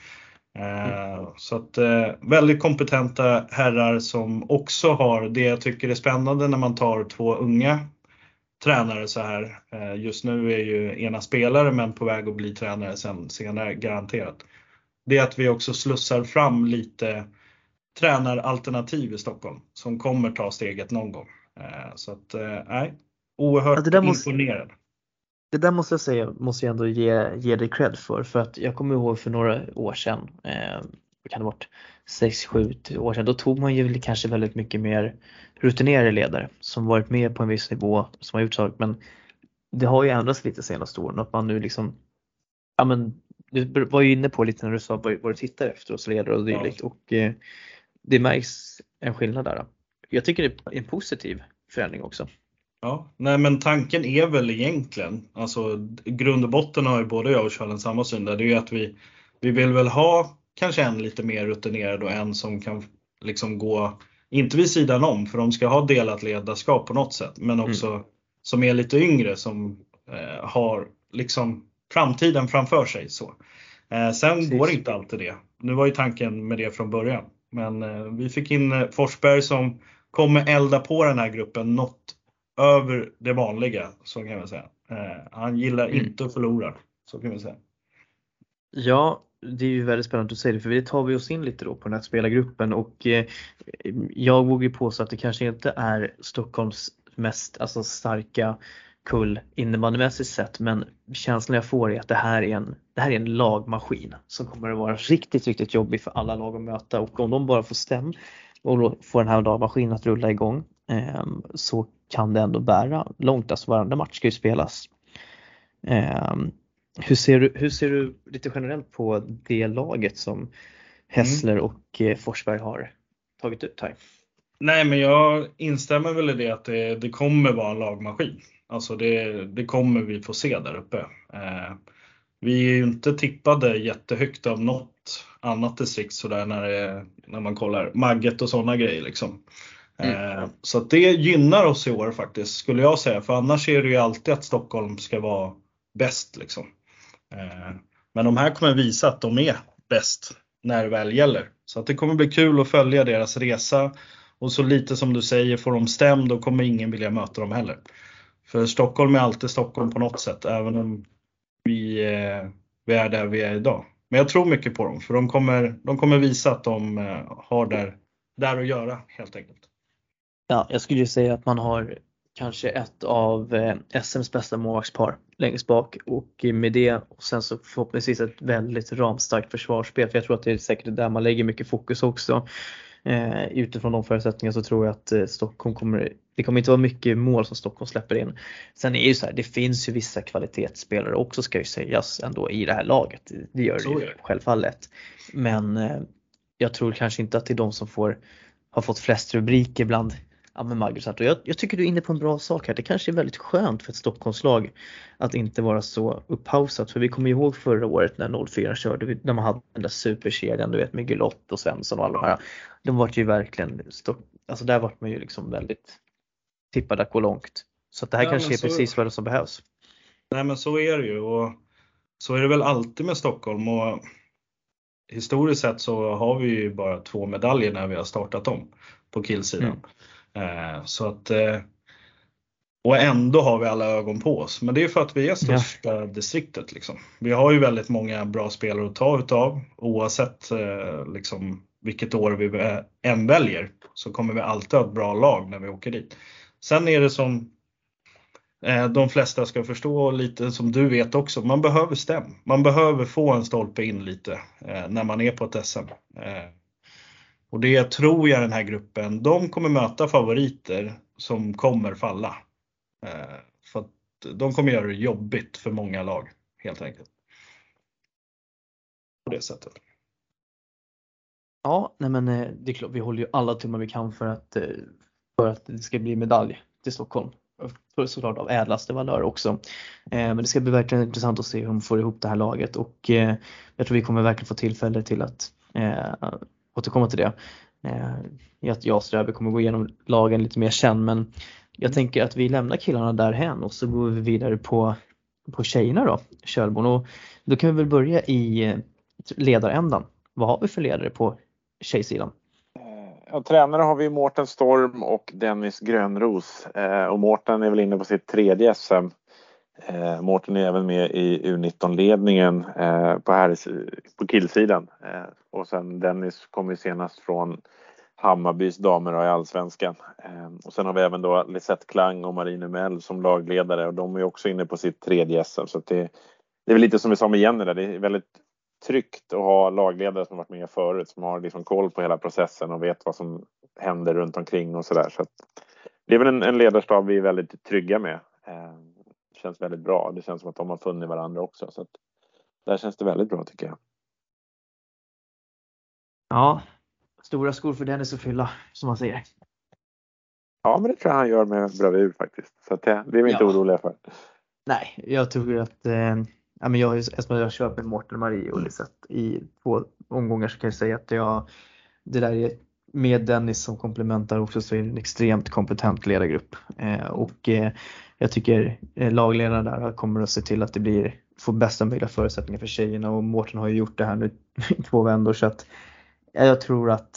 Så att väldigt kompetenta herrar som också har det jag tycker är spännande när man tar 2 unga tränare så här. Just nu är ju ena spelare men på väg att bli tränare sen senare garanterat. Det är att vi också slussar fram lite tränaralternativ i Stockholm som kommer ta steget någon gång. Så att oerhört imponerad. Det där måste jag säga, måste jag ändå ge dig cred för att jag kommer ihåg för några år sedan, det kan ha varit 6-7 år sedan, då tog man ju kanske väldigt mycket mer rutinerade ledare som varit med på en viss nivå, som har gjort saker, men det har ju ändrats lite senaste åren, att man nu liksom, ja men du var ju inne på lite när du sa vad du tittar efter hos ledare och dylikt, och det märks en skillnad där. Jag tycker det är en positiv förändring också. Ja, nej men tanken är väl egentligen, alltså grund och botten har ju både jag och Charles samma syn där, det är ju att vi vill väl ha kanske en lite mer rutinerad och en som kan liksom gå, inte vid sidan om, för de ska ha delat ledarskap på något sätt, men också som är lite yngre, som har liksom framtiden framför sig så. Sen går inte alltid det. Nu var ju tanken med det från början, men vi fick in Forsberg som kommer elda på den här gruppen något över det vanliga, så kan man säga. Han gillar inte att förlora, så kan man säga. Ja, det är ju väldigt spännande att du säger det, för det tar vi oss in lite då på den här spelargruppen, och jag vågar på så att det kanske inte är Stockholms mest starka kull innebandymässigt sett, men känslan jag får är att det här är en lagmaskin som kommer att vara riktigt, riktigt jobbig för alla lag att möta, och om de bara får stämma och får den här lagmaskinen att rulla igång, så kan det ändå bära långt. Alltså varenda match ska ju spelas. Hur ser du lite generellt på det laget som Hässler och Forsberg har tagit ut här? Nej, men jag instämmer väl i det, att det kommer vara en lagmaskin. Alltså det kommer vi få se där uppe. Vi är ju inte tippade jättehögt av något annat distrikt sådär när man kollar Magget och sådana grejer liksom. Så att det gynnar oss i år faktiskt, skulle jag säga. För annars är det ju alltid att Stockholm ska vara bäst liksom. Men de här kommer visa att de är bäst när det väl gäller. Så att det kommer bli kul att följa deras resa. Och så lite som du säger, får de stäm, då kommer ingen vilja möta dem heller. För Stockholm är alltid Stockholm på något sätt, även om vi är där vi är idag. Men jag tror mycket på dem, för de kommer visa att de har där att göra helt enkelt. Ja, jag skulle ju säga att man har kanske ett av SMs bästa målvaktspar längst bak, och med det, och sen så förhoppningsvis ett väldigt ramstarkt försvarsspel, för jag tror att det är säkert där man lägger mycket fokus också. Utifrån de förutsättningarna så tror jag att Stockholm kommer inte vara mycket mål som Stockholm släpper in. Sen är det ju så här, det finns ju vissa kvalitetsspelare också, ska ju sägas ändå, i det här laget. Det gör det ju självfallet. Men jag tror kanske inte att det är de som har fått flest rubriker bland Magnus. Och jag tycker du är inne på en bra sak här. Det kanske är väldigt skönt för ett Stockholmslag att inte vara så upphausat. För vi kommer ihåg förra året när 04 körde, när man hade den där superkedjan, du vet, med Gulott och Svensson och alla de här. De var ju verkligen alltså där var man ju liksom väldigt tippad att gå långt. Så att det här kanske är precis vad som behövs. Nej, men så är det ju, och så är det väl alltid med Stockholm, och historiskt sett så har vi ju bara 2 medaljer när vi har startat om på killsidan. Så att, och ändå har vi alla ögon på oss. Men det är för att vi är största distriktet liksom. Vi har ju väldigt många bra spelare att ta utav. Oavsett liksom vilket år vi än väljer, så kommer vi alltid ha ett bra lag när vi åker dit. Sen är det som de flesta ska förstå, lite som du vet också, man behöver stäm. Man behöver få en stolpe in lite när man är på ett SM. Och det tror jag den här gruppen, de kommer möta favoriter som kommer falla. För att de kommer göra det jobbigt för många lag, helt enkelt. På det sättet. Ja, nej men det är klart, vi håller ju alla tummar vi kan för att det ska bli medalj till Stockholm. För såklart av ädlaste valör också. Men det ska bli verkligen intressant att se hur de får ihop det här laget. Och jag tror vi kommer verkligen få tillfälle till att återkomma till det. Att jag och Ströby kommer gå igenom lagen lite mer sen, men jag tänker att vi lämnar killarna därhen och så går vi vidare på tjejerna då, Kölborn, och då kan vi väl börja i ledarändan. vad har vi för ledare på tjejsidan? Ja, tränare har vi Mårten Storm och Dennis Grönros. Och Mårten är väl inne på sitt 3:e SM. Mårten är även med i U19-ledningen på killsidan. Och sen Dennis kom ju senast från Hammarbys damer i Allsvenskan. Och sen har vi även då Lisette Klang och Marine Mell som lagledare. Och de är också inne på sitt 3:e SM. Så att det är väl lite som vi sa med Jenny där. Det är väldigt tryggt att ha lagledare som varit med förut. Som har liksom koll på hela processen och vet vad som händer runt omkring och sådär. Så att det är väl en ledarstab vi är väldigt trygga med. Det känns väldigt bra. Det känns som att de har funnit varandra också. Så att där känns det väldigt bra tycker jag. Ja, stora skor för Dennis att fylla, som man säger. Ja, men det tror jag han gör med bravur faktiskt. Så att det är vi inte oroliga för. Nej, jag tror att ja, men eftersom jag har kört med Mårten och Marie och Lisette i 2 omgångar, så kan jag säga att det där är med Dennis som komplementar också, så är det en extremt kompetent ledargrupp. Och jag tycker lagledarna där kommer att se till att det får bästa möjliga förutsättningar för tjejerna, och Mårten har ju gjort det här nu i 2 vändor, så att jag tror att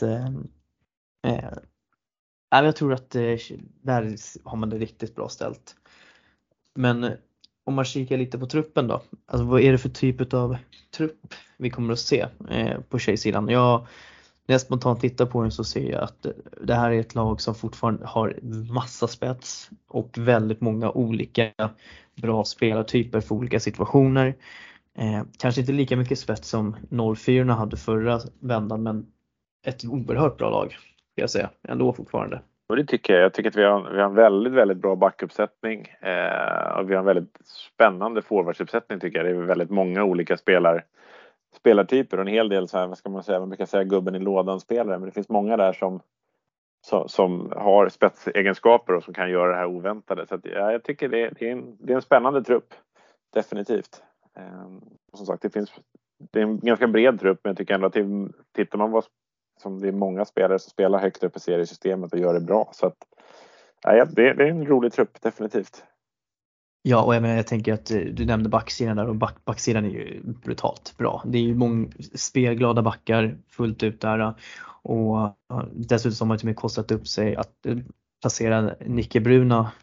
där har man det riktigt bra ställt. Men om man kikar lite på truppen då, alltså vad är det för typ av trupp vi kommer att se på tjejsidan? När jag spontant tittar på den så ser jag att det här är ett lag som fortfarande har massa spets och väldigt många olika bra spelartyper för olika situationer. Kanske inte lika mycket spets som 04 hade förra vändan, men ett oerhört bra lag, ska jag säga, ändå fortfarande. Och det tycker jag. Jag tycker att vi har en väldigt, väldigt bra backuppsättning. Och vi har en väldigt spännande forwardsuppsättning tycker jag. Det är väldigt många olika spelartyper och en hel del så här, vad ska man säga, man brukar säga gubben i lådan spelare, men det finns många där som har spetsegenskaper och som kan göra det här oväntade. Så att, ja, jag tycker det är en spännande trupp. Definitivt. Som sagt, det är en ganska bred trupp, men jag tycker ändå att tittar man som det är många spelare som spelar högt upp i seriesystemet och gör det bra. Så att, ja, det är en rolig trupp, definitivt. Ja, och jag tänker att du nämnde backsidan där, och backsidan är ju brutalt bra. Det är ju många spelglada backar fullt ut där, och dessutom har det med kostat upp sig att placera Nike Bruna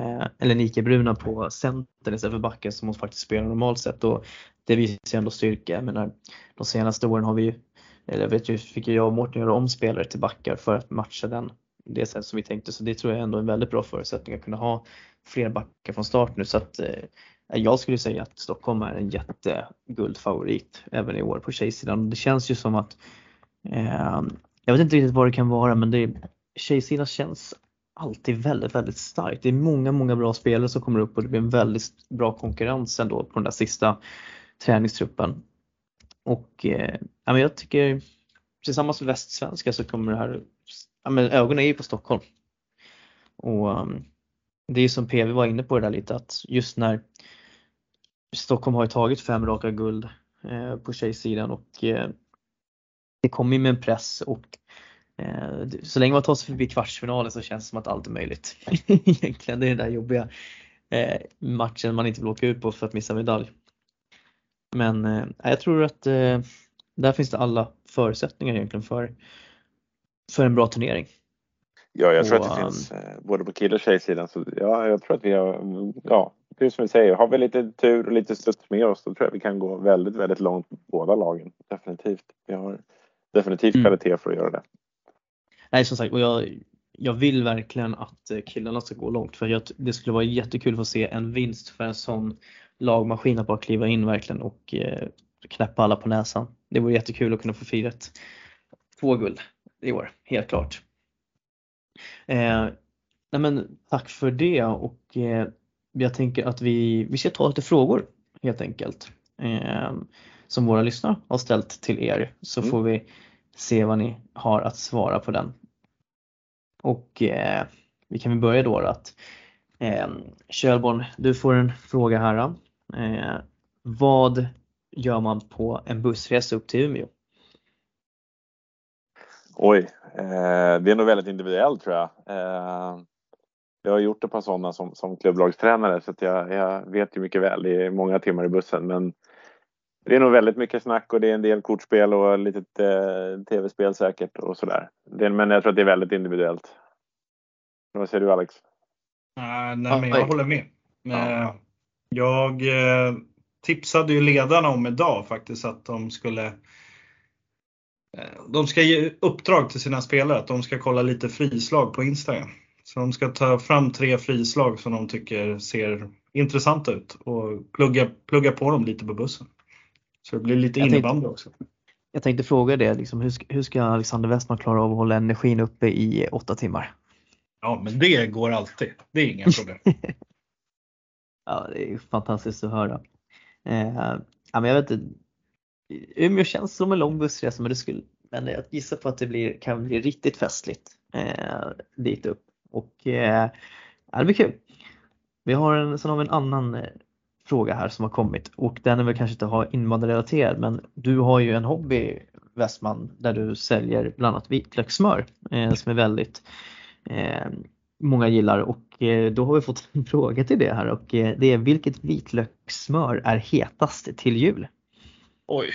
på center istället för backen som hon faktiskt spelar normalt sett, och det visar ändå styrka. Men de senaste åren har vi fick jag och Mårten göra om spelare till backar för att matcha det sätt som vi tänkte, så det tror jag ändå är en väldigt bra förutsättning att kunna ha fler backar från start nu. Så att jag skulle säga att Stockholm är en jätteguldfavorit även i år på tjejsidan. Det känns ju som att jag vet inte riktigt vad det kan vara, men tjejsidan känns alltid väldigt, väldigt starkt. Det är många bra spelare som kommer upp, och det blir en väldigt bra konkurrens ändå på den där sista träningstruppen. Och jag tycker tillsammans med västsvenska så kommer det här, ögonen är ju på Stockholm. Och det är ju som PV var inne på det där lite, att just när Stockholm har tagit 5 raka guld på tjejsidan, och det kommer ju med en press, och så länge man tar sig förbi kvartsfinalen så känns det som att allt är möjligt. Egentligen det är den där jobbiga matchen man inte vill åka ut på för att missa medalj. Men jag tror att där finns det alla förutsättningar egentligen för en bra turnering. Ja, jag tror att det finns både på kill- och tjejsidan. Så ja, jag tror att vi har, det är som vi säger, har vi lite tur och lite studs med oss, så tror jag vi kan gå väldigt, väldigt långt på båda lagen. Definitivt. Vi har definitivt kvalitet för att göra det. Nej, som sagt, och jag vill verkligen att killarna ska gå långt, för det skulle vara jättekul att få se en vinst för en sån lagmaskin att bara kliva in verkligen och knäppa alla på näsan. Det vore jättekul att kunna få fira 2 guld i år, helt klart. Nej, men tack för det, och jag tänker att vi ska ta lite frågor helt enkelt som våra lyssnare har ställt till er, så får vi se vad ni har att svara på den. Och vi kan väl börja då att Kjellborn, du får en fråga här. Vad gör man på en bussresa upp till Umeå? Oj, det är nog väldigt individuellt tror jag. Jag har gjort ett par sådana som klubblagstränare, så att jag vet ju mycket väl. Det är många timmar i bussen, men Det är nog väldigt mycket snack och det är en del kortspel och lite tv-spel säkert och sådär. Men jag tror att det är väldigt individuellt. Vad säger du, Alex? Nej, men jag håller med. Jag tipsade ju ledarna om idag faktiskt att de ska ge uppdrag till sina spelare att de ska kolla lite frislag på Instagram. Så de ska ta fram 3 frislag som de tycker ser intressanta ut och plugga på dem lite på bussen. Så det blir lite innebandy också. Jag tänkte fråga det, liksom, hur ska Alexander Westman klara av att hålla energin uppe i 8 timmar? Ja, men det går alltid. Det är inga problem. Ja, det är fantastiskt att höra. Men jag vet inte, Umeå känns som en lång bussresa, men jag gissar på att det kan bli riktigt festligt dit upp. Och det blir kul. Sen har vi en annan fråga här som har kommit, och den är väl kanske inte invandrarrelaterad, men du har ju en hobby, Westman, där du säljer bland annat vitlökssmör som är väldigt många gillar, och då har vi fått en fråga till det här, och det är: vilket vitlökssmör är hetast till jul? Oj,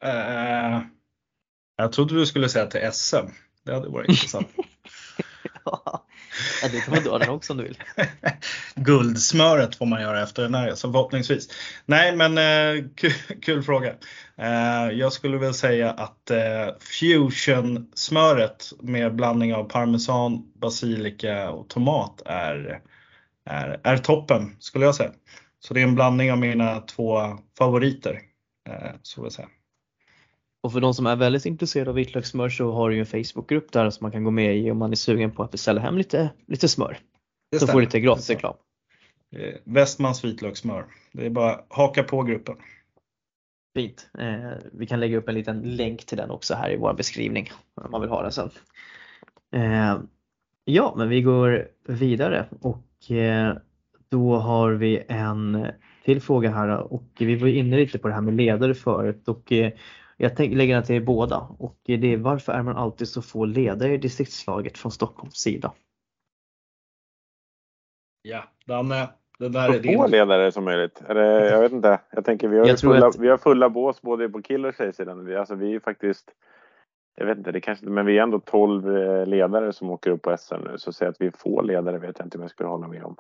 jag trodde du skulle säga till SM. Det hade varit intressant. Ja, du kan väl dra den också om du vill. Guldsmöret får man göra efter den här, så förhoppningsvis. Nej, men kul fråga. Jag skulle väl säga att fusion-smöret med blandning av parmesan, basilika och tomat är toppen, skulle jag säga. Så det är en blandning av mina 2 favoriter, så vill jag säga. Och för de som är väldigt intresserade av vitlökssmör så har du ju en Facebookgrupp där som man kan gå med i om man är sugen på att beställa hem lite smör. Så får du lite gratis reklam. Westmans vitlökssmör. Det är bara haka på gruppen. Fint. Vi kan lägga upp en liten länk till den också här i vår beskrivning om man vill ha den sen. Ja, men vi går vidare, och då har vi en till fråga här, och vi var inne lite på det här med ledare förut, och jag lägger den till båda, och det är: varför är man alltid så få ledare i distriktslaget från Stockholms sida? Ja, Danne, det där är din. Så få ledare som möjligt. Jag vet inte. Jag tänker vi har fulla bås både på kill- och tjejsidan. Vi är faktiskt, jag vet inte, det kanske, men vi är ändå 12 ledare som åker upp på SM nu, så att säga att vi är få ledare vet jag inte om jag skulle hålla med om.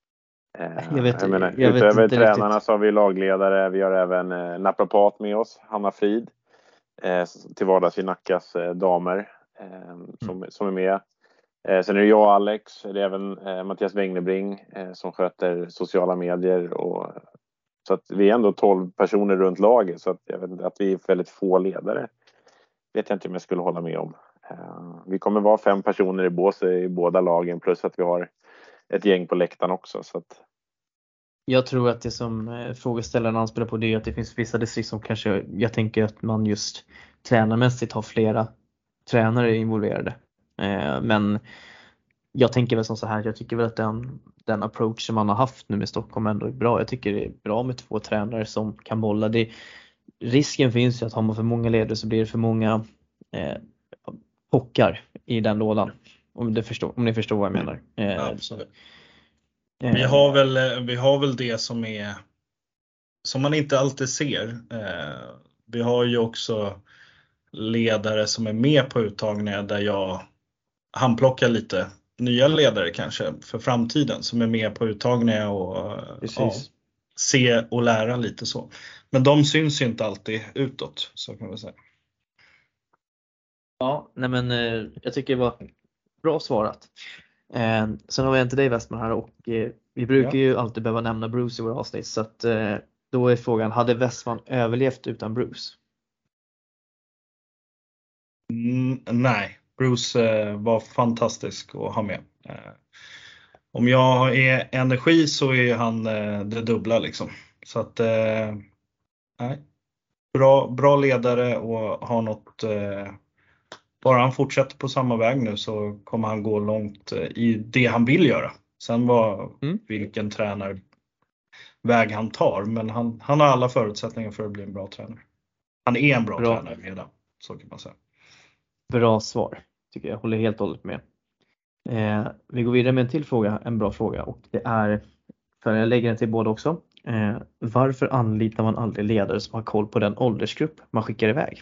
Utöver tränarna riktigt. Så har vi lagledare, vi har även naprapat med oss, Hanna Frid, till vardags i Nackas damer som är med. Sen är det jag och Alex, det är även Mattias Wägnebring som sköter sociala medier, och så att vi är ändå 12 personer runt laget, så att jag vet inte, att vi är väldigt få ledare vet jag inte om jag skulle hålla med om. Vi kommer vara 5 personer i bås i båda lagen, plus att vi har ett gäng på läktaren också, så att... Jag tror att det som frågeställaren anspelar på, det är att det finns vissa distrikt som kanske, jag tänker att man just tränarmässigt har flera tränare involverade. Men jag tänker väl som så här, jag tycker väl att den approach som man har haft nu med Stockholm ändå är bra. Jag tycker det är bra med 2 tränare som kan bolla. Risken finns ju att har man för många ledare så blir det för många pockar i den lådan. Om ni förstår vad jag menar. Absolut. Vi har väl det som man inte alltid ser. Vi har ju också ledare som är med på uttagningar där jag handplockar lite nya ledare kanske för framtiden som är med på uttagningar och se och lära lite så. Men de syns ju inte alltid utåt, så kan vi säga. Ja, nej men jag tycker det var bra svarat. Sen har vi en till dig, Westman, här, och vi brukar ju alltid behöva nämna Bruce i våra avsnitt, så att då är frågan: hade Westman överlevt utan Bruce? Nej, Bruce var fantastisk att ha med. Om jag är energi så är han det dubbla liksom. Så att nej. Bra ledare, och har något, bara han fortsätter på samma väg nu så kommer han gå långt i det han vill göra. Sen vilken tränarväg han tar, men han har alla förutsättningar för att bli en bra tränare. Han är en bra tränare redan, så kan man säga. Bra svar, tycker jag. Håller helt och hållet med. Vi går vidare med en till fråga, en bra fråga, och det är, för jag lägger den till båda också. Varför anlitar man aldrig ledare som har koll på den åldersgrupp man skickar iväg?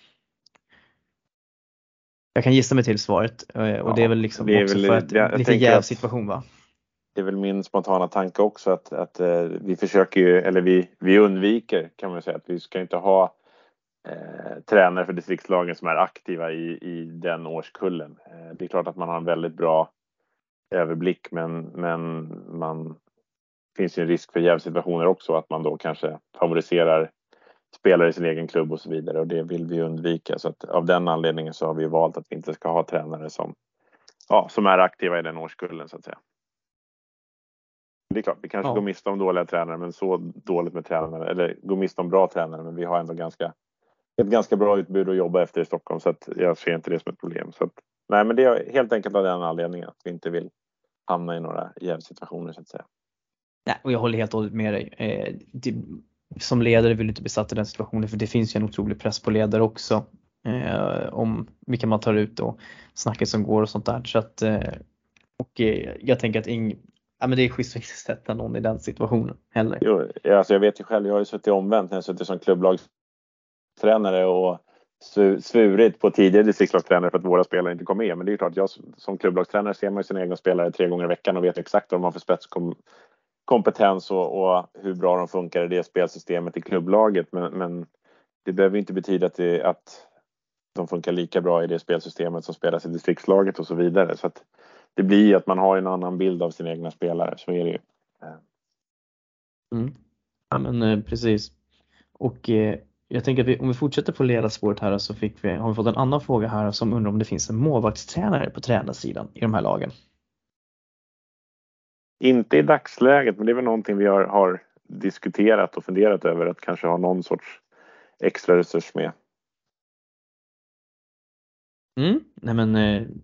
Jag kan gissa mig till svaret och det är väl liksom det är också väl, för att jag lite tänker jäv att situation, va? det är väl min spontana tanke också att vi försöker ju, eller vi undviker, kan man säga, att vi ska inte ha tränare för distriktslagen som är aktiva i den årskullen. Det är klart att man har en väldigt bra överblick, men man finns ju en risk för jävsituationer också, att man då kanske favoriserar spelare i sin egen klubb och så vidare, och det vill vi undvika. Så att av den anledningen så har vi valt att vi inte ska ha tränare som är aktiva i den årskullen, så att säga. Det är klart, vi kanske går miste om dåliga tränare, men så dåligt med tränare, eller går miste om bra tränare, men vi har ändå ett ganska bra utbud att jobba efter i Stockholm, så att jag ser inte det som ett problem. Så att, nej, men det är helt enkelt av den anledningen att vi inte vill hamna i några jävsituationer, så att säga. Nej, och jag håller helt och hållet med dig. Som ledare vill du inte bli satt i den situationen, för det finns ju en otrolig press på ledare också. Om vilka man tar ut och snacket som går och sånt där. Så att, jag tänker att men det är schysst att inte sätta någon i den situationen heller. Jo, alltså jag vet ju själv, jag har ju suttit omvänt när jag suttit som klubblagstränare och svurit på tidigare distriktslagstränare för att våra spelare inte kom med. Men det är ju klart, jag som klubblagstränare ser man ju sina egna spelare 3 gånger i veckan och vet exakt vad de har för spetskompetens och hur bra de funkar i det spelsystemet i klubblaget. Men det behöver inte betyda att de funkar lika bra i det spelsystemet som spelas i distriktslaget och så vidare. Så att det blir att man har en annan bild av sina egna spelare, så är det ju. Ja, men precis. Och jag tänker att om vi fortsätter på ledarspåret här, så har vi fått en annan fråga här som undrar om det finns en målvaktstränare på tränarsidan i de här lagen. Inte i dagsläget, men det är väl någonting vi har diskuterat och funderat över, att kanske ha någon sorts extra resurs med. Nej, men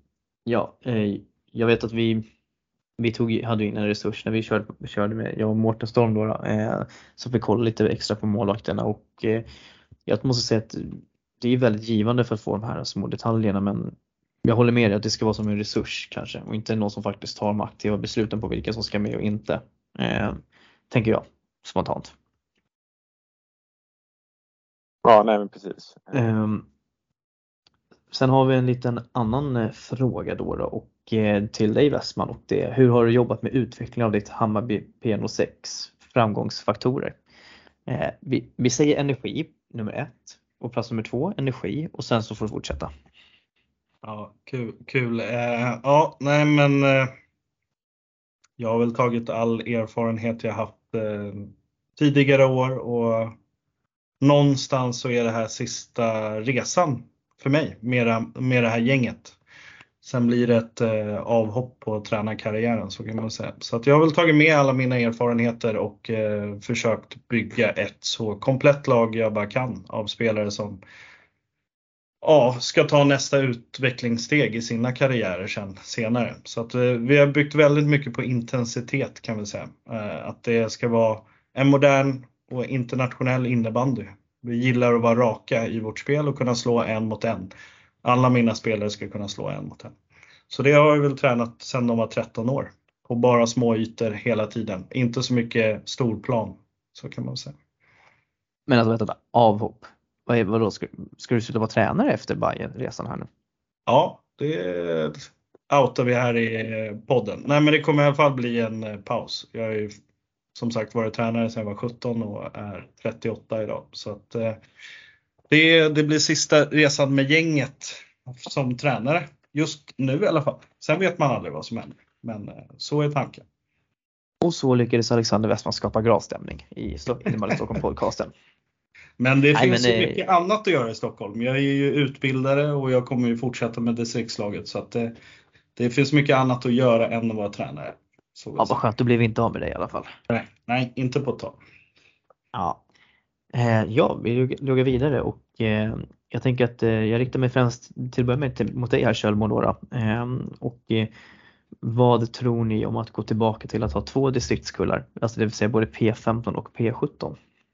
jag vet att vi hade in en resurs när vi körde med jag och Mårten Storm då, så vi kollade lite extra på målvakterna, och jag måste säga att det är väldigt givande för att få de här små detaljerna, men jag håller med dig att det ska vara som en resurs kanske, och inte någon som faktiskt tar de aktiva besluten på vilka som ska med och inte, tänker jag spontant. Ja, nej, men precis. Sen har vi en liten annan fråga då och till dig, Westman, och det: hur har du jobbat med utveckling av ditt Hammarby P06 framgångsfaktorer? Vi säger energi nummer 1 och plats nummer 2 energi, och sen så får du fortsätta. Ja, kul. Nej, men jag har väl tagit all erfarenhet jag haft tidigare år, och någonstans så är det här sista resan för mig med det här gänget. Sen blir det ett avhopp på tränarkarriären, så kan man säga. Så att jag har väl tagit med alla mina erfarenheter och försökt bygga ett så komplett lag jag bara kan av spelare som ska ta nästa utvecklingssteg i sina karriärer senare. Så att vi har byggt väldigt mycket på intensitet, kan vi säga. Att det ska vara en modern och internationell innebandy. Vi gillar att vara raka i vårt spel och kunna slå 1 mot 1. Alla mina spelare ska kunna slå 1 mot 1. Så det har jag väl tränat sedan de var 13 år. På bara små ytor hela tiden. Inte så mycket storplan, så kan man säga. Men alltså, vänta, avhopp. Vadå, ska du sluta vara tränare efter Bayern-resan här nu? Ja, det outar vi här i podden. Nej, men det kommer i alla fall bli en paus. Jag har ju som sagt varit tränare sedan jag var 17 och är 38 idag. Så att det blir sista resan med gänget som tränare. Just nu i alla fall. Sen vet man aldrig vad som händer. Men så är tanken. Och så lyckades Alexander Westman skapa gravstämning i Stockholm-podcasten. Men det finns ju mycket annat att göra i Stockholm. Jag är ju utbildare och jag kommer ju fortsätta med distriktslaget. Så att det finns mycket annat att göra än att vara tränare. Ja, vad skönt, då blev vi inte av med det i alla fall. Nej, inte på ett tag. Ja, vi loggar vidare, och jag tänker att jag riktar mig främst till att börja med mot dig här, Kjellmo då. Och vad tror ni om att gå tillbaka till att ha 2 distriktskullar? Alltså det vill säga både P15 och P17.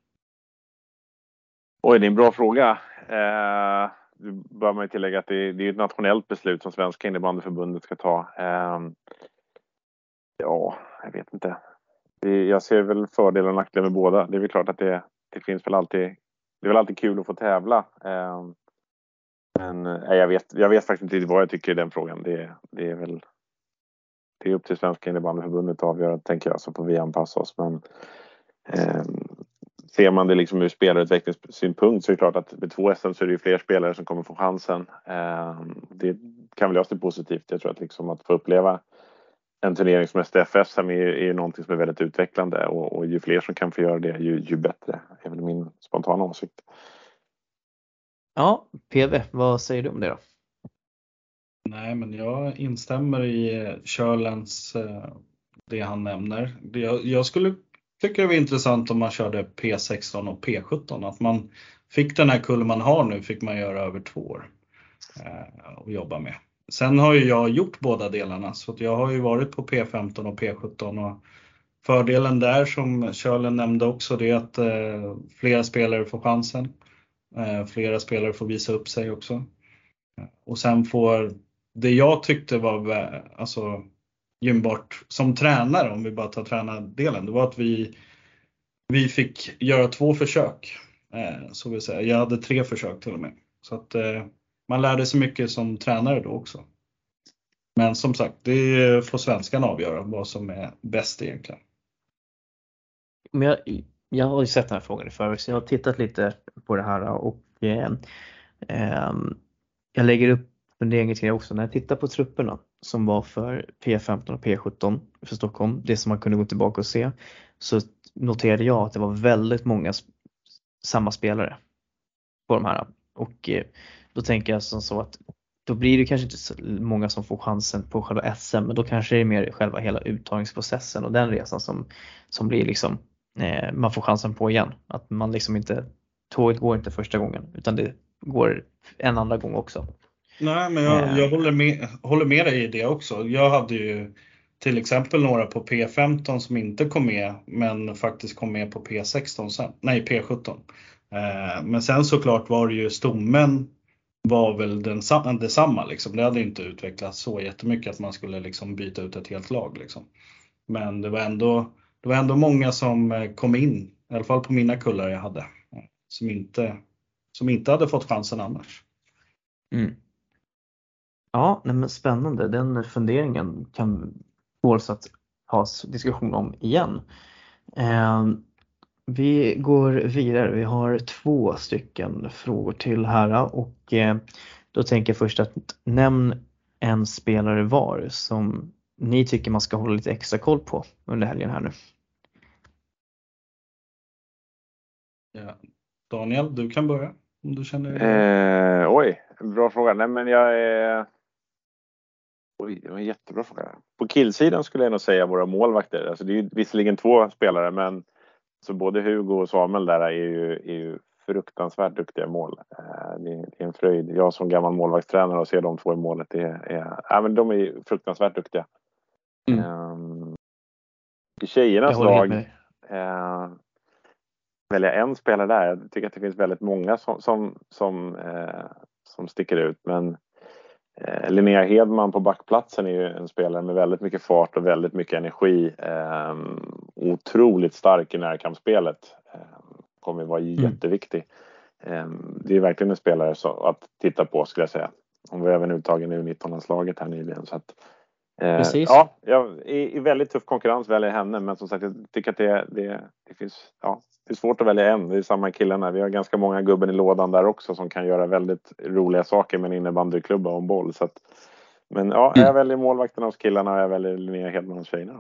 Oj, det är en bra fråga. Du bör man ju tillägga att det är ett nationellt beslut som Svenska innebandyförbundet ska ta. Ja, jag vet inte. Jag ser väl fördelar och nackdelar med båda. Det är väl klart att det finns väl alltid, det är väl alltid kul att få tävla. Men jag vet faktiskt inte vad jag tycker i den frågan. Det är väl, det är upp till Svenska innebandyförbundet att avgöra, tänker jag, så får vi anpassa oss. Men ser man det liksom ur spelarutvecklingssynpunkt så är det klart att med 2 SM så är det ju fler spelare som kommer få chansen. Det kan väl jag se positivt. Jag tror att liksom att få uppleva en turnering som STFF är någonting som är väldigt utvecklande, och ju fler som kan få göra det ju bättre, är väl min spontana åsikt. Ja, PV, vad säger du om det då? Nej, men jag instämmer i Körlens det han nämner. Jag skulle tycka det var intressant om man körde P16 och P17. Att man fick den här kullen man har nu, fick man göra över 2 år och jobba med. Sen har ju jag gjort båda delarna, så att jag har ju varit på P15 och P17. Och fördelen där, som Körlen nämnde också, det är att flera spelare får chansen. Flera spelare får visa upp sig också. Och sen får det jag tyckte var alltså gymbart som tränare, om vi bara tar tränardelen, det var att vi fick göra 2 försök. Så vill säga, jag hade 3 försök till och med. Så att man lärde sig mycket som tränare då också. Men som sagt, det får svenskan avgöra vad som är bäst egentligen. Men jag har ju sett den här frågan i förväg, så jag har tittat lite på det här, och jag lägger upp funderingar till det också. När jag tittar på trupperna som var för P15 och P17 för Stockholm, det som man kunde gå tillbaka och se, så noterade jag att det var väldigt många samma spelare på de här. Och då tänker jag som så att då blir det kanske inte så många som får chansen på själva SM, men då kanske det är mer själva hela uttagningsprocessen och den resan som blir liksom man får chansen på igen. Att man liksom inte, tåget går inte första gången, utan det går en andra gång också. Nej, men jag håller med dig i det också. Jag hade ju till exempel några på P15 som inte kom med, men faktiskt kom med på P16 sen. Nej, P17. Men sen såklart var det ju stommen var väl detsamma liksom. Det hade inte utvecklats så jättemycket att man skulle liksom byta ut ett helt lag liksom. Men det var ändå många som kom in, i alla fall på mina kullar jag hade, som inte hade fått chansen annars. Mm. Ja, men spännande. Den funderingen kan gå så att ha diskussion om igen. Vi går vidare. Vi har 2 stycken frågor till här, och då tänker jag först att nämn en spelare var som ni tycker man ska hålla lite extra koll på under helgen här nu. Ja. Daniel, du kan börja om du känner Oj, bra fråga. Nej, men jag är... Oj, det var en jättebra fråga. På killsidan skulle jag nog säga våra målvakter. Alltså det är ju visserligen 2 spelare, men så både Hugo och Samuel där är ju fruktansvärt duktiga mål. Det är en fröjd. Jag som gammal målvaktstränare och ser de 2 i målet, men de är fruktansvärt duktiga. I tjejernas lag välja en spelare där. Jag tycker att det finns väldigt många som sticker ut, men Linnea Hedman på backplatsen är ju en spelare med väldigt mycket fart och väldigt mycket energi. Otroligt stark i närkampsspelet. Kommer vara jätteviktig. Det är verkligen en spelare att titta på, skulle jag säga. Hon var även uttagen i U19-landslaget här nyligen. Så att, Precis. Ja, i väldigt tuff konkurrens väljer henne. Men som sagt, jag tycker att det finns... Ja, det är svårt att välja en. Det är samma killarna. Vi har ganska många gubben i lådan där också som kan göra väldigt roliga saker med en innebandyklubba och en boll. Så att, men ja, jag väljer målvakterna hos killarna och jag väljer Linnea Hedman hos tjejerna.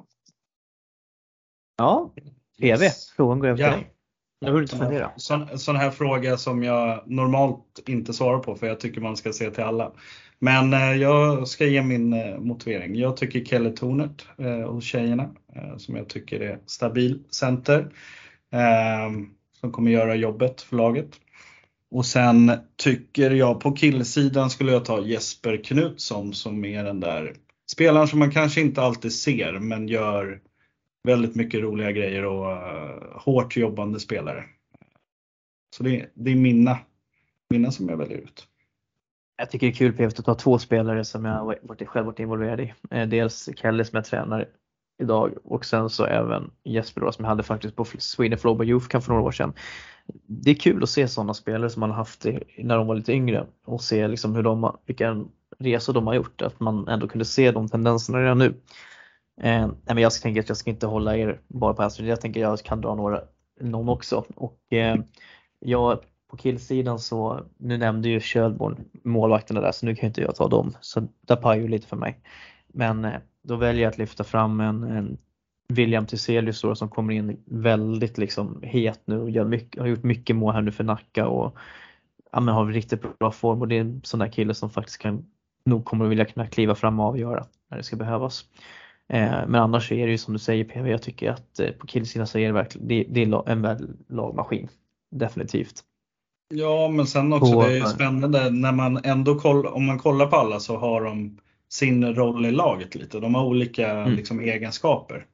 Ja, PV, frågan går över till dig. Jag vill inte fundera. Sån här fråga som jag normalt inte svarar på, för jag tycker man ska se till alla. Men jag ska ge min motivering. Jag tycker Kelly Tornert hos tjejerna, som jag tycker är stabil center. Som kommer göra jobbet för laget. Och sen tycker jag på killsidan skulle jag ta Jesper Knutsson, som är den där spelaren som man kanske inte alltid ser, men gör väldigt mycket roliga grejer och hårt jobbande spelare. Så det är mina som jag väljer ut. Jag tycker det är kul, PV, att ta 2 spelare som jag själv varit involverad i. Dels Kelly som jag tränar idag. Och sen så även Jesper då, som jag hade faktiskt på Sweden Flowbar Youth Cup för några år sedan. Det är kul att se sådana spelare som man har haft när de var lite yngre och se liksom vilka resor de har gjort. Att man ändå kunde se de tendenserna redan nu. Men jag tänker att jag ska inte hålla er bara på Astrid. Jag tänker att jag kan dra någon också. Och jag på killsidan så, nu nämnde ju Kjölborn målvakterna där, så nu kan inte jag ta dem. Så det pajar ju lite för mig. Men då väljer jag att lyfta fram en William Thyselius som kommer in väldigt liksom het nu och har gjort mycket mål här nu för Nacka och men har riktigt bra form, och det är en sån där kille som faktiskt kommer att vilja kunna kliva fram och avgöra när det ska behövas. Men annars är det ju som du säger, PV, jag tycker att på killsidan så är det verkligen det är en väl lagmaskin, definitivt. Ja, men sen också det är ju spännande när man ändå om man kollar på alla så har de sin roll i laget lite. De har olika liksom egenskaper.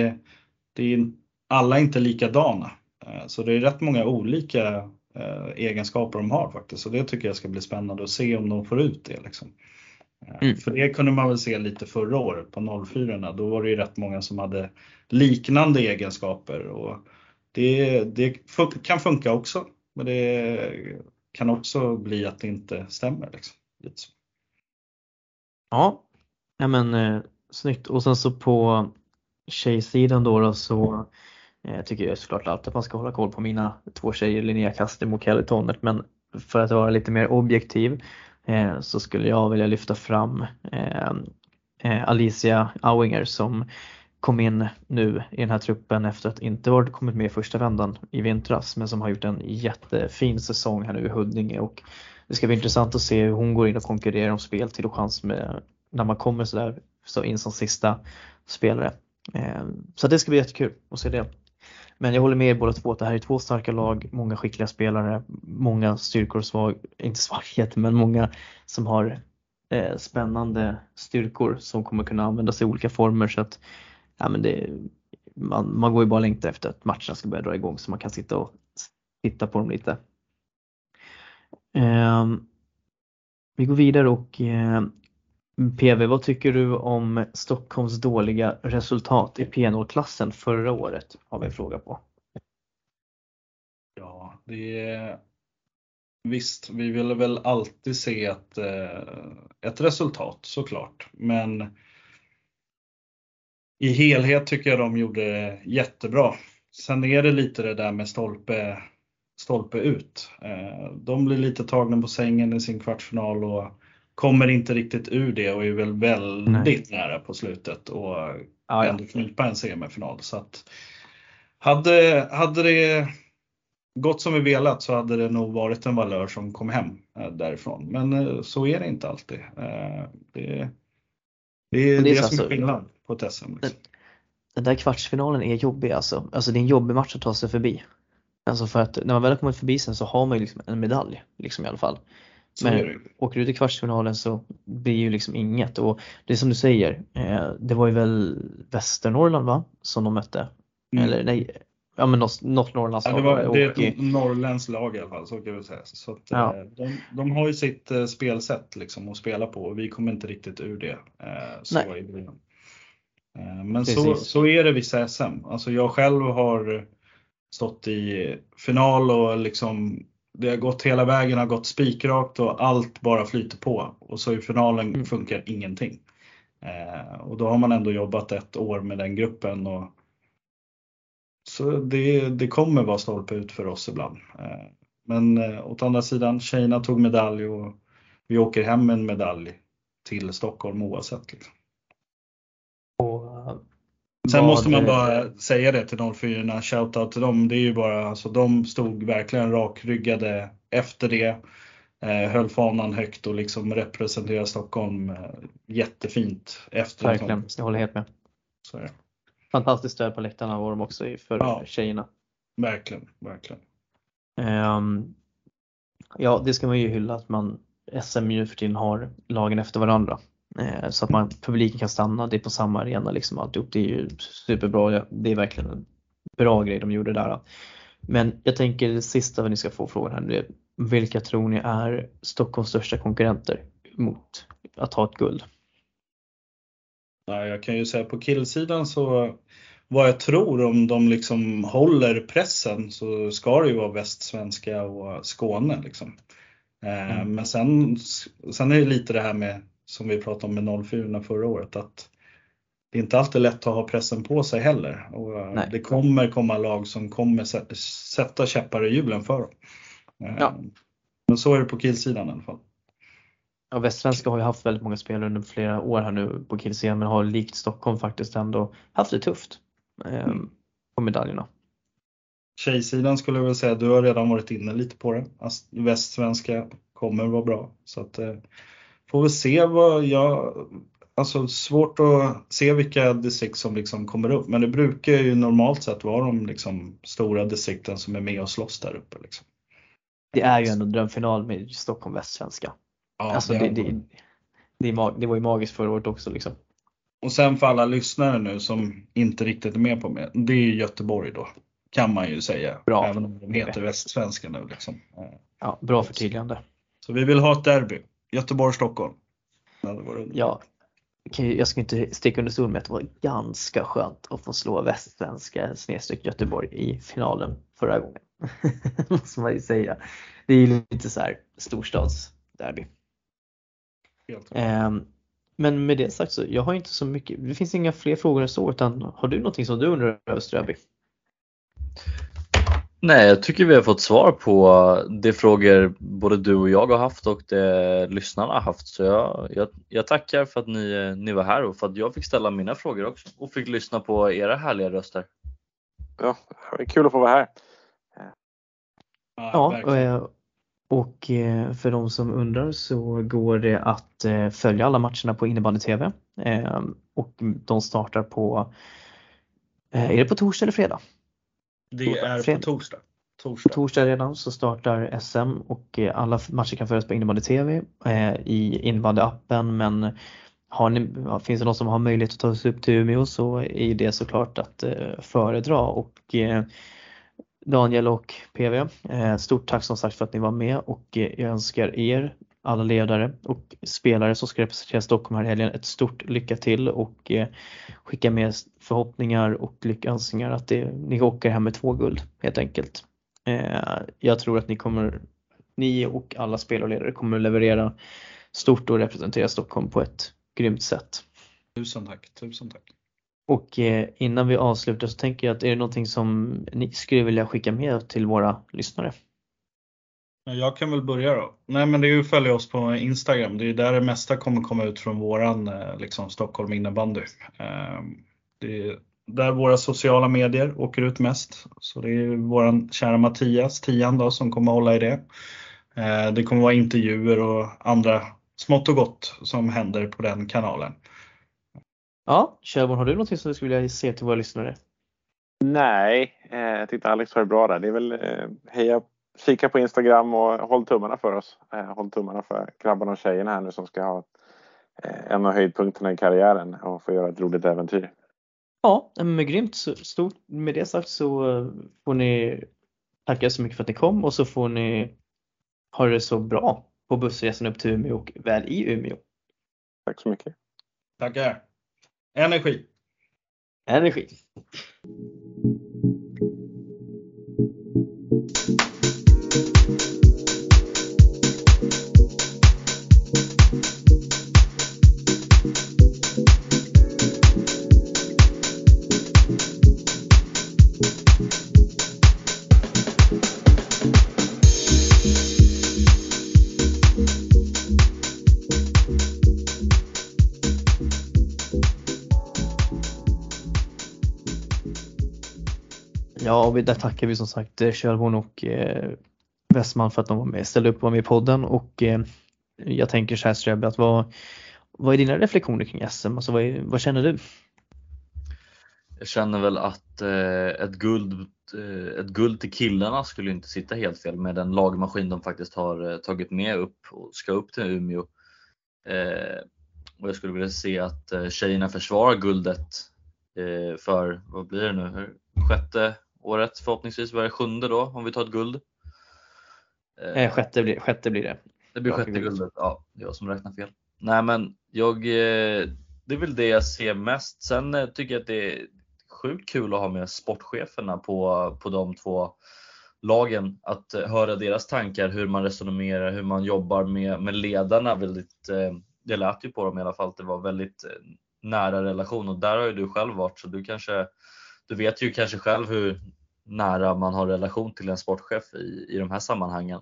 Alla är inte likadana. Så det är rätt många olika egenskaper de har faktiskt. Så det tycker jag ska bli spännande att se om de får ut det liksom. För det kunde man väl se lite förra året på 04-orna. Då var det ju rätt många som hade liknande egenskaper. Och det kan funka också. Men det kan också bli att det inte stämmer liksom. Lite så. Ja, men snyggt. Och sen så på tjejsidan då så tycker jag såklart alltid att man ska hålla koll på mina två tjejer, Linnea Kastem och Kelly Tonnet. Men för att vara lite mer objektiv så skulle jag vilja lyfta fram Alicia Auinger som kom in nu i den här truppen efter att inte ha kommit med i första vändan i vintras, men som har gjort en jättefin säsong här nu i Huddinge, och det ska bli intressant att se hur hon går in och konkurrerar om spel till och chans med när man kommer så in som sista spelare. Så det ska bli jättekul att se det. Men jag håller med er båda två att det här är två starka lag, många skickliga spelare, många styrkor och inte svaghet, men många som har spännande styrkor som kommer kunna användas i olika former, så att man går ju bara längta efter att matcherna ska börja dra igång så man kan sitta och titta på dem lite. Vi går vidare och PV, vad tycker du om Stockholms dåliga resultat i P0-klassen förra året? Har vi en fråga på. Ja, visst, vi ville väl alltid se ett resultat såklart, men i helhet tycker jag de gjorde det jättebra. Sen är det lite det där med stolpe ut. De blir lite tagna på sängen i sin kvartsfinal och kommer inte riktigt ur det och är väl väldigt nära på slutet och ändå knipa en semifinal. Så att hade det gått som vi velat så hade det nog varit en valör som kom hem därifrån. Men så är det inte alltid. Det är det som är skillnad på ett SM. Liksom. Den där kvartsfinalen är jobbig alltså. Alltså det är en jobbig match att ta sig förbi. Alltså för att när man väl har kommit förbi sen så har man ju liksom en medalj liksom i alla fall. Men åker du till kvartsfinalen så blir ju liksom inget. Och det är som du säger, det var ju väl Västernorrland va? Som de mötte. Eller nej, ja men något Norrlands lag. Det är ett norrländskt lag i alla fall, så kan vi säga. Så att, de har ju sitt spelsätt liksom att spela på och vi kommer inte riktigt ur det. Så i början. Men så är det vissa SM. Alltså jag själv har stått i final och liksom det har gått hela vägen, har gått spikrakt och allt bara flyter på. Och så i finalen funkar ingenting. Och då har man ändå jobbat ett år med den gruppen. Och så det kommer vara stolpe ut för oss ibland. Men åt andra sidan, tjejerna tog medalj och vi åker hem med en medalj till Stockholm oavsett. Liksom. Sen måste man bara säga det till 04-orna, shoutout till dem. Det är ju bara, alltså, de stod verkligen rakryggade efter det. Höll fanan högt och liksom representerade Stockholm jättefint efter. Verkligen, jag håller helt med. Så är det. Fantastiskt stöd på läktarna var de också för tjejerna. Verkligen. Ja, det ska man ju hylla att man SM ju för tiden har lagen efter varandra. Så att publiken kan stanna, det är på samma arena liksom alltihop. Det är ju superbra, det är verkligen en bra grej de gjorde där. Men jag tänker det sista ni ska få frågan här nu, vilka tror ni är Stockholms största konkurrenter mot att ta ett guld? Nej, jag kan ju säga på killsidan så vad jag tror om de liksom håller pressen så ska det ju vara Västsvenska och Skåne liksom. Men sen är det lite det här med som vi pratade om med 04 förra året att det är inte alltid lätt att ha pressen på sig heller och Nej. det kommer komma lag som kommer sätta käppar i hjulen för dem. Ja. Men så är det på killsidan i alla fall. Ja, Västsvenska har ju haft väldigt många spelare under flera år här nu på killsidan, men har likt Stockholm faktiskt ändå haft det tufft på medaljerna. Tjejsidan skulle jag väl säga, du har redan varit inne lite på det. Alltså, Västsvenska kommer vara bra. Så att får vi se alltså svårt att se vilka distrikt som liksom kommer upp. Men det brukar ju normalt sett vara de liksom stora distrikten som är med och slåss där uppe liksom. Det är ju ändå drömfinal med Stockholm Västsvenska. Ja, Alltså det var ju magiskt förra året också liksom. Och sen för alla lyssnare nu som inte riktigt är med på mig, det är Göteborg då. Kan man ju säga. Bra. Även om de heter Västsvenska nu liksom. Ja, bra förtydligande. Så vi vill ha ett derby. Göteborg-Stockholm. Ja, jag ska inte sticka under stol med att det var ganska skönt att få slå Västsvenska / Göteborg i finalen förra gången. Måste man ju säga. Det är ju lite så här storstadsderby. Men med det sagt så jag har inte så mycket, det finns inga fler frågor än så, utan har du någonting som du undrar över Ströby? Nej, jag tycker vi har fått svar på de frågor både du och jag har haft och det lyssnarna har haft. Så jag tackar för att ni var här och för att jag fick ställa mina frågor också och fick lyssna på era härliga röster. Ja, det är kul att få vara här. Ja, och för de som undrar så går det att följa alla matcherna på Innebandy TV. Och de startar på, är det på torsdag eller fredag? Det är på torsdag. På torsdag redan så startar SM och alla matcher kan följas på Innebandy TV i Innebandy-appen, men finns det någon som har möjlighet att ta sig upp till Umeå så är det såklart att föredra. Och Daniel och PV, stort tack som sagt för att ni var med och jag önskar er, alla ledare och spelare som ska representera Stockholm här i helgen, ett stort lycka till och skicka med förhoppningar och lyckönskningar att ni åker hem med 2 guld helt enkelt. Jag tror att ni och alla spelare och ledare kommer att leverera stort och representera Stockholm på ett grymt sätt. Tusen tack. Och innan vi avslutar så tänker jag att är det någonting som ni skulle vilja skicka med till våra lyssnare? Jag kan väl börja då. Nej, men det är ju att följa oss på Instagram. Det är där det mesta kommer komma ut från våran liksom Stockholm innebandy. Det är där våra sociala medier åker ut mest. Så det är våran kära Mattias Tian då som kommer hålla i det. Det kommer vara intervjuer och andra smått och gott som händer på den kanalen. Ja, Kjellborn, har du någonting som du skulle vilja se till våra lyssnare? Nej, jag tyckte Alex var bra där. Det är väl kika på Instagram och håll tummarna för oss. Håll tummarna för grabbarna och tjejerna här nu som ska ha en av höjdpunkterna i karriären och få göra ett roligt äventyr. Ja, men grymt. Stort med det sagt så får ni tacka så mycket för att ni kom och så får ni ha det så bra på bussresan upp till Umeå och väl i Umeå. Tack så mycket. Tackar. Energi. Ja, och där tackar vi som sagt Kjellborn och Westman för att de ställde upp och var med i podden. Och jag tänker så här Ströby, att vad är dina reflektioner kring SM? Alltså, vad känner du? Jag känner väl att ett guld till killarna skulle inte sitta helt fel med den lagmaskin de faktiskt har tagit med upp och ska upp till Umeå. Och jag skulle vilja se att tjejerna försvarar guldet för, vad blir det nu, 6:e året förhoppningsvis, var det 7:e då om vi tar ett guld? Sjätte blir det. Det blir 6:e guldet, ja, det var som räknar fel. Nej men det det är väl det jag ser mest. Sen tycker jag att det är sjukt kul att ha med sportcheferna på de två lagen, att höra deras tankar, hur man resonerar, hur man jobbar med ledarna. Det lät ju på dem i alla fall att det var väldigt nära relation, och där har ju du själv varit, så du vet ju kanske själv hur nära man har relation till en sportchef i de här sammanhangen.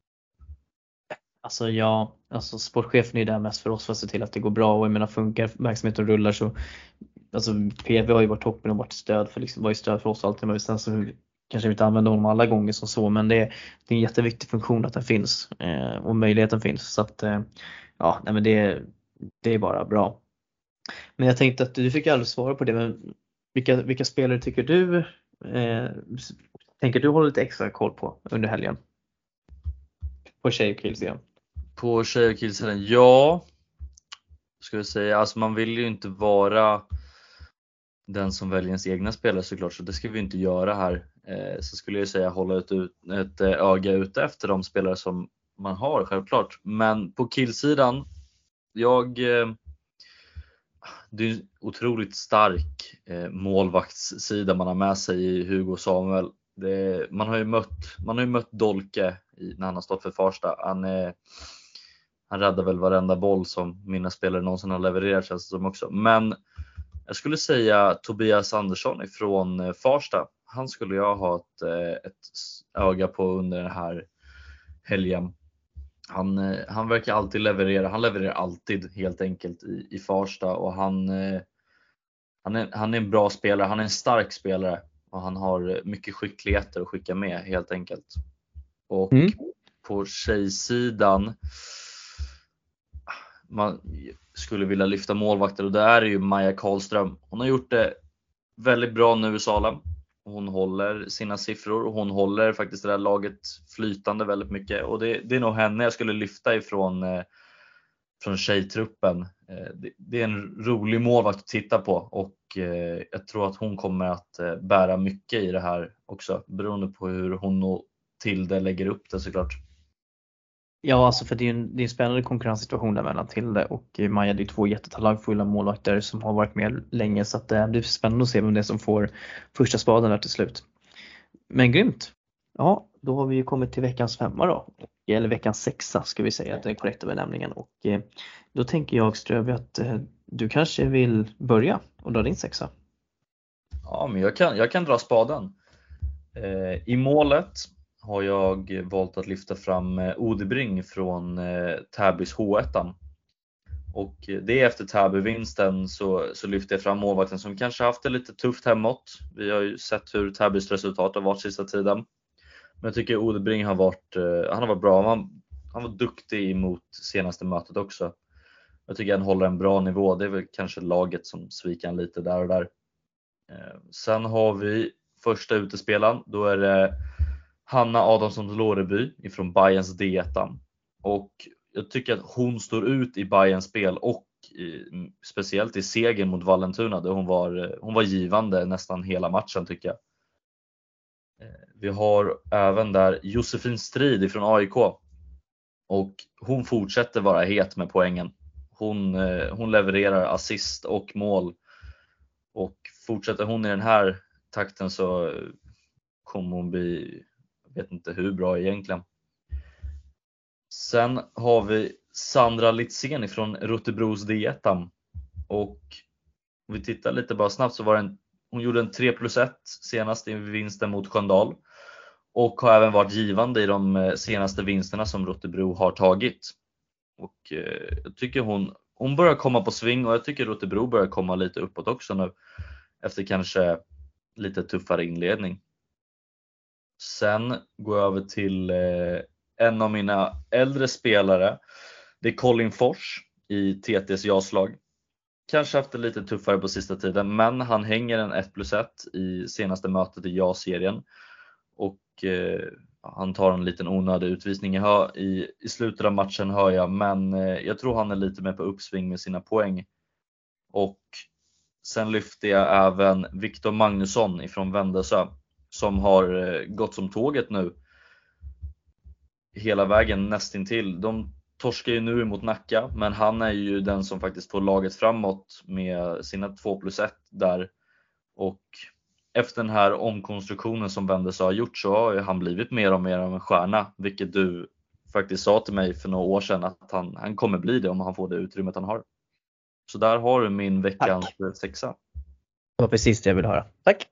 Alltså sportchefen är ju där mest för oss för att se till att det går bra, och jag menar, funkar verksamheten rullar så, alltså PV har ju varit toppen och varit stöd för, liksom, var ju stöd för oss alltid, men sen så kanske vi inte använder honom alla gånger som så, men det är en jätteviktig funktion att den finns och möjligheten finns, så att men det är bara bra. Men jag tänkte att du fick aldrig svara på det, men vilka spelare tycker du tänker du hålla lite extra koll på under helgen? På tjej- och killsidan. På tjej- och killsidan, ja. Ska jag säga, alltså man vill ju inte vara den som väljer ens egna spelare såklart, så det ska vi inte göra här. Så skulle jag säga hålla ett öga ute efter de spelare som man har, självklart. Men på killsidan, det är en otroligt stark målvaktssida man har med sig i Hugo och Samuel. Man har ju mött Dolke när han har stått för Farsta. Han räddar väl varenda boll som mina spelare någonsin har levererat, känns det som också. Men jag skulle säga Tobias Andersson ifrån Farsta. Han skulle jag ha ett öga på under den här helgen. Han verkar alltid leverera. Han levererar alltid helt enkelt i Farsta, och han är en bra spelare. Han är en stark spelare och han har mycket skickligheter att skicka med helt enkelt. Och på tjejsidan, man skulle vilja lyfta målvakter, och det är ju Maja Karlström. Hon har gjort det väldigt bra nu i Salem. Hon håller sina siffror och hon håller faktiskt det där laget flytande väldigt mycket, och det är nog henne jag skulle lyfta ifrån tjejtruppen. Det är en rolig målvakt att titta på, och jag tror att hon kommer att bära mycket i det här också, beroende på hur hon och Tilde lägger upp det såklart. Ja, alltså för det är en spännande konkurrenssituation där mellan Tilde och Maja. Det är två jättetalangfulla målvakter som har varit med länge, så att det blir spännande att se vem det är som får första spaden där till slut. Men grymt! Ja, då har vi ju kommit till veckans 5 då. Eller veckans 6 ska vi säga, att det är den korrekta benämningen. Och då tänker jag, Ströby, att du kanske vill börja och dra din 6. Ja, men jag kan dra spaden. I målet har jag valt att lyfta fram Odebring från Täbys H1. Och det är efter Täby-vinsten så lyfter jag fram målvakten som kanske haft det lite tufft hemåt. Vi har ju sett hur Täbys resultat har varit sista tiden. Men jag tycker Odebring har varit bra. Han var duktig mot senaste mötet också. Jag tycker han håller en bra nivå. Det är väl kanske laget som sviker han lite där och där. Sen har vi första utespelaren. Då är det Hanna Adamsson Låreby ifrån Bayerns D1. Och jag tycker att hon står ut i Bayerns spel, och speciellt i segern mot Vallentuna där hon var givande nästan hela matchen, tycker jag. Vi har även där Josefin Strid ifrån AIK, och hon fortsätter vara het med poängen. Hon levererar assist och mål, och fortsätter hon i den här takten så kommer hon bli, jag vet inte hur bra egentligen. Sen har vi Sandra Litzén ifrån Rotebros D1. Och om vi tittar lite bara snabbt så var hon gjorde en 3+1 senast i vinsten mot Sköndal. Och har även varit givande i de senaste vinsterna som Rotebro har tagit. Och jag tycker hon börjar komma på sving, och jag tycker Rotebro börjar komma lite uppåt också nu. Efter kanske lite tuffare inledning. Sen går jag över till en av mina äldre spelare. Det är Colin Fors i TTs jaslag. Kanske haft det lite tuffare på sista tiden, men han hänger en 1+1 i senaste mötet i ja-serien. Och han tar en liten onödig utvisning i slutet av matchen, hör jag. Men jag tror han är lite mer på uppsving med sina poäng. Och sen lyfter jag även Viktor Magnusson ifrån Vändelsö, som har gått som tåget nu hela vägen nästintill. De torskar ju nu mot Nacka, men han är ju den som faktiskt får laget framåt med sina 2+1 där. Och efter den här omkonstruktionen som Wendes har gjort så har han blivit mer och mer av en stjärna, vilket du faktiskt sa till mig för några år sedan att han kommer bli det om han får det utrymmet han har. Så där har du min veckans 6. Det var precis det jag ville höra. Tack!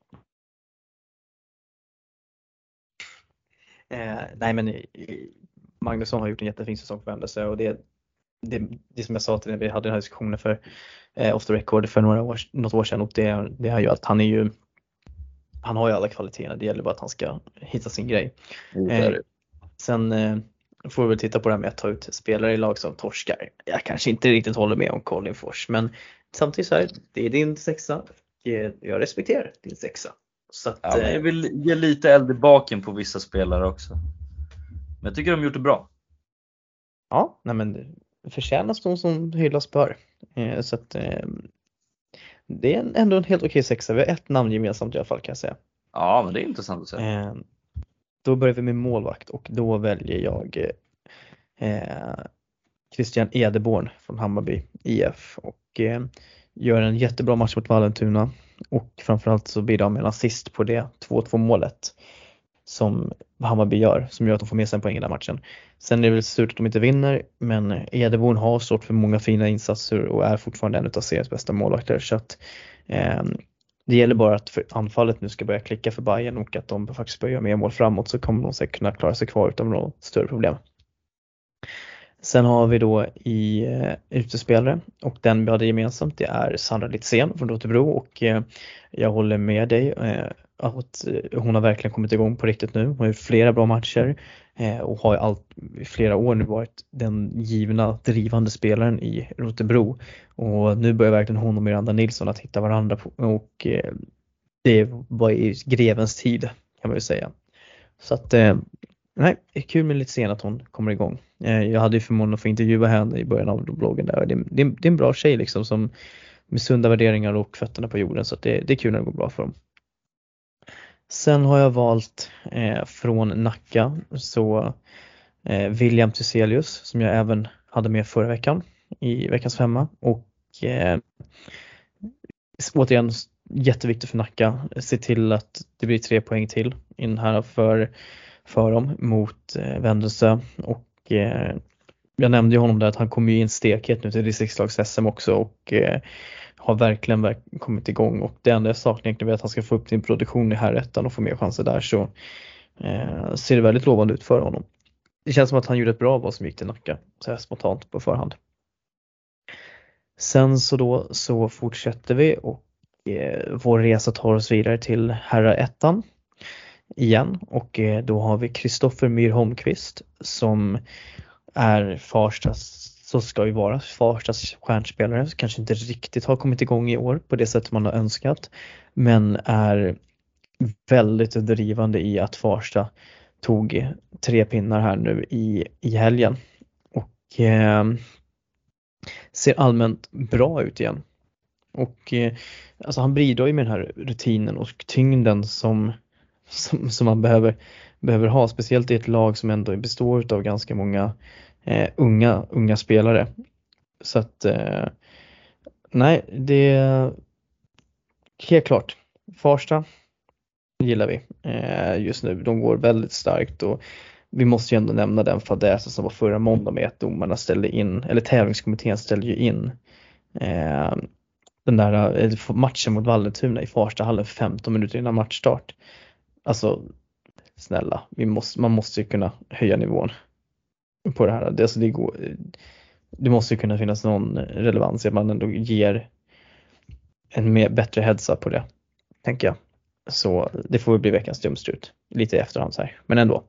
Nej men Magnusson har gjort en jättefin säsong för Wendes och det som jag sa till när vi hade den här diskussionen för off the record för något år sedan, och det är ju att han har ju alla kvaliteterna, det gäller bara att han ska hitta sin grej. Sen får vi väl titta på det här med att ta ut spelare i lag som torskar. Jag kanske inte riktigt håller med om Colin Fors, men samtidigt så här, det är din 6 och jag respekterar din 6. Så att, jag vill ge lite eld i baken på vissa spelare också. Men jag tycker de har gjort det bra. Ja, nej men förtjänas de som hyllas bör. Så att det är ändå en helt okej 6. Vi har ett namn gemensamt i alla fall, kan jag säga. Ja, men det är intressant att säga. Då börjar vi med målvakt och då väljer jag Christian Edeborn från Hammarby IF och gör en jättebra match mot Vallentuna och framförallt så bidrar med en assist på det 2-2 målet som Hammarby gör, som gör att de får med sig en poäng i den matchen. Sen är det väl surt att de inte vinner, men Edeborn har stått för många fina insatser och är fortfarande en av seriens bästa målvakter, så att det gäller bara att för anfallet nu ska börja klicka för Bayern och att de faktiskt börjar göra mer mål framåt, så kommer de säkert kunna klara sig kvar utan några större problem. Sen har vi då i utespelare och den vi hade gemensamt, det är Sandra Litzén från Rotebro och jag håller med dig att hon har verkligen kommit igång på riktigt nu. Hon har gjort flera bra matcher och har i flera år nu varit den givna drivande spelaren i Rotebro, och nu börjar verkligen hon och Miranda Nilsson att hitta varandra och det var i grevens tid, kan man ju säga. Så att nej, det är kul med lite sen att hon kommer igång. Jag hade ju förmånen att få intervjua henne i början av bloggen där. Det är en bra tjej liksom, som med sunda värderingar och fötterna på jorden, så att det är kul när det går bra för dem. Sen har jag valt från Nacka så William Thyselius, som jag även hade med förra veckan i veckans 5, och återigen jätteviktigt för Nacka. Se till att det blir 3 poäng till in här för dem mot Vändelsö, och jag nämnde ju honom där att han kommer ju in stekhet nu till distriktslags SM också och har verkligen kommit igång, och det enda jag saknar egentligen är att han ska få upp sin produktion i här ettan och få mer chanser där, så ser det väldigt lovande ut för honom. Det känns som att han gjorde ett bra val som gick till Nacka så här spontant på förhand. Sen så fortsätter vi och vår resa tar oss vidare till herra ettan igen, och då har vi Kristoffer Myhr Holmqvist som är ska ju vara Farstas stjärnspelare, kanske inte riktigt har kommit igång i år på det sätt man har önskat, men är väldigt drivande i att Farsta tog 3 pinnar här nu i helgen och ser allmänt bra ut igen. Och alltså han bidrar ju med den här rutinen och tyngden som man behöver ha, speciellt i ett lag som ändå består av ganska många unga spelare. Så att nej, det är helt klart Farsta gillar vi just nu. De går väldigt starkt, och vi måste ju ändå nämna den fadäsen som var förra måndag med att domarna ställde in, eller tävlingskommittén ställde ju in den där matchen mot Vallentuna i Farstahallen 15 minuter innan matchstart. Alltså snälla, man måste ju kunna höja nivån på det här. Det måste ju kunna finnas någon relevans i att man ändå ger en bättre heads-up på det, tänker jag. Så det får bli veckans dumstrut lite i efterhand så här, men ändå.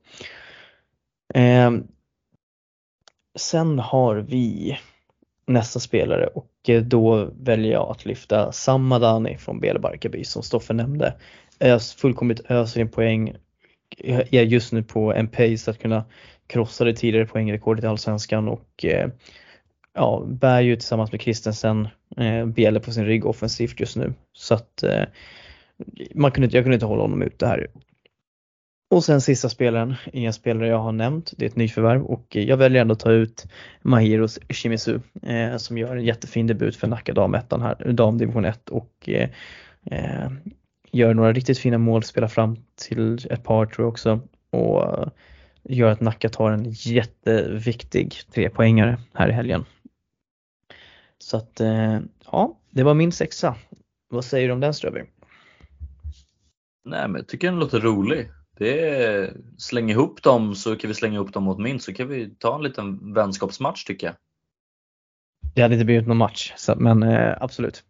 Sen har vi nästa spelare, och då väljer jag att lyfta Sam Madani från Bele Barkarby som Stoffe nämnde. Fullkomligt öser in poäng, är just nu på en pace att kunna krossa det tidigare poängrekordet i Allsvenskan, och bär ju tillsammans med Kristensen Bele på sin rygg offensivt just nu, så att jag kunde inte hålla honom ut det här. Och sen sista spelaren, en spelare jag har nämnt, det är ett nyförvärv och jag väljer ändå att ta ut Mahiro Shimizu som gör en jättefin debut för Nacka damettan här, damdivision 1 och gör några riktigt fina mål, spelar fram till ett par tror jag också och gör att Nacka tar en jätteviktig 3-poängare här i helgen. Så att ja, det var min 6. Vad säger du om den, Ströby? Nej, men jag tycker den låter rolig. Släng ihop dem så kan vi slänga ihop dem mot min, så kan vi ta en liten vänskapsmatch tycker jag. Det hade inte blivit någon match, men absolut.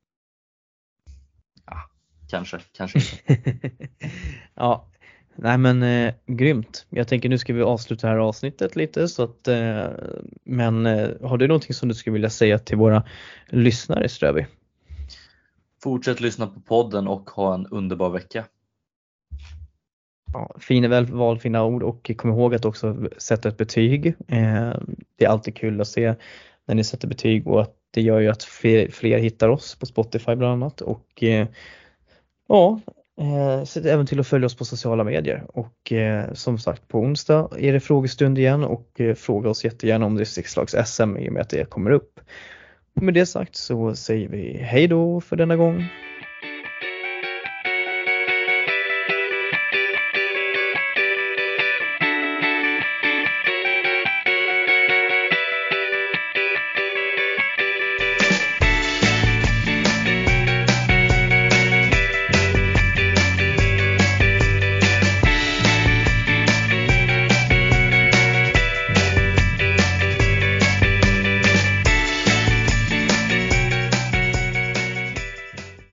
Ja, kanske inte. Ja, nej men grymt. Jag tänker nu ska vi avsluta det här avsnittet lite så att men har du någonting som du skulle vilja säga till våra lyssnare, Ströby? Fortsätt lyssna på podden och ha en underbar vecka. Ja, fina ord och kom ihåg att också sätta ett betyg. Det är alltid kul att se när ni sätter betyg och att det gör ju att fler hittar oss på Spotify bland annat och se även till att följa oss på sociala medier och som sagt på onsdag är det frågestund igen och fråga oss jättegärna om distriktslags SM i och med att det kommer upp. Och med det sagt så säger vi hej då för denna gång.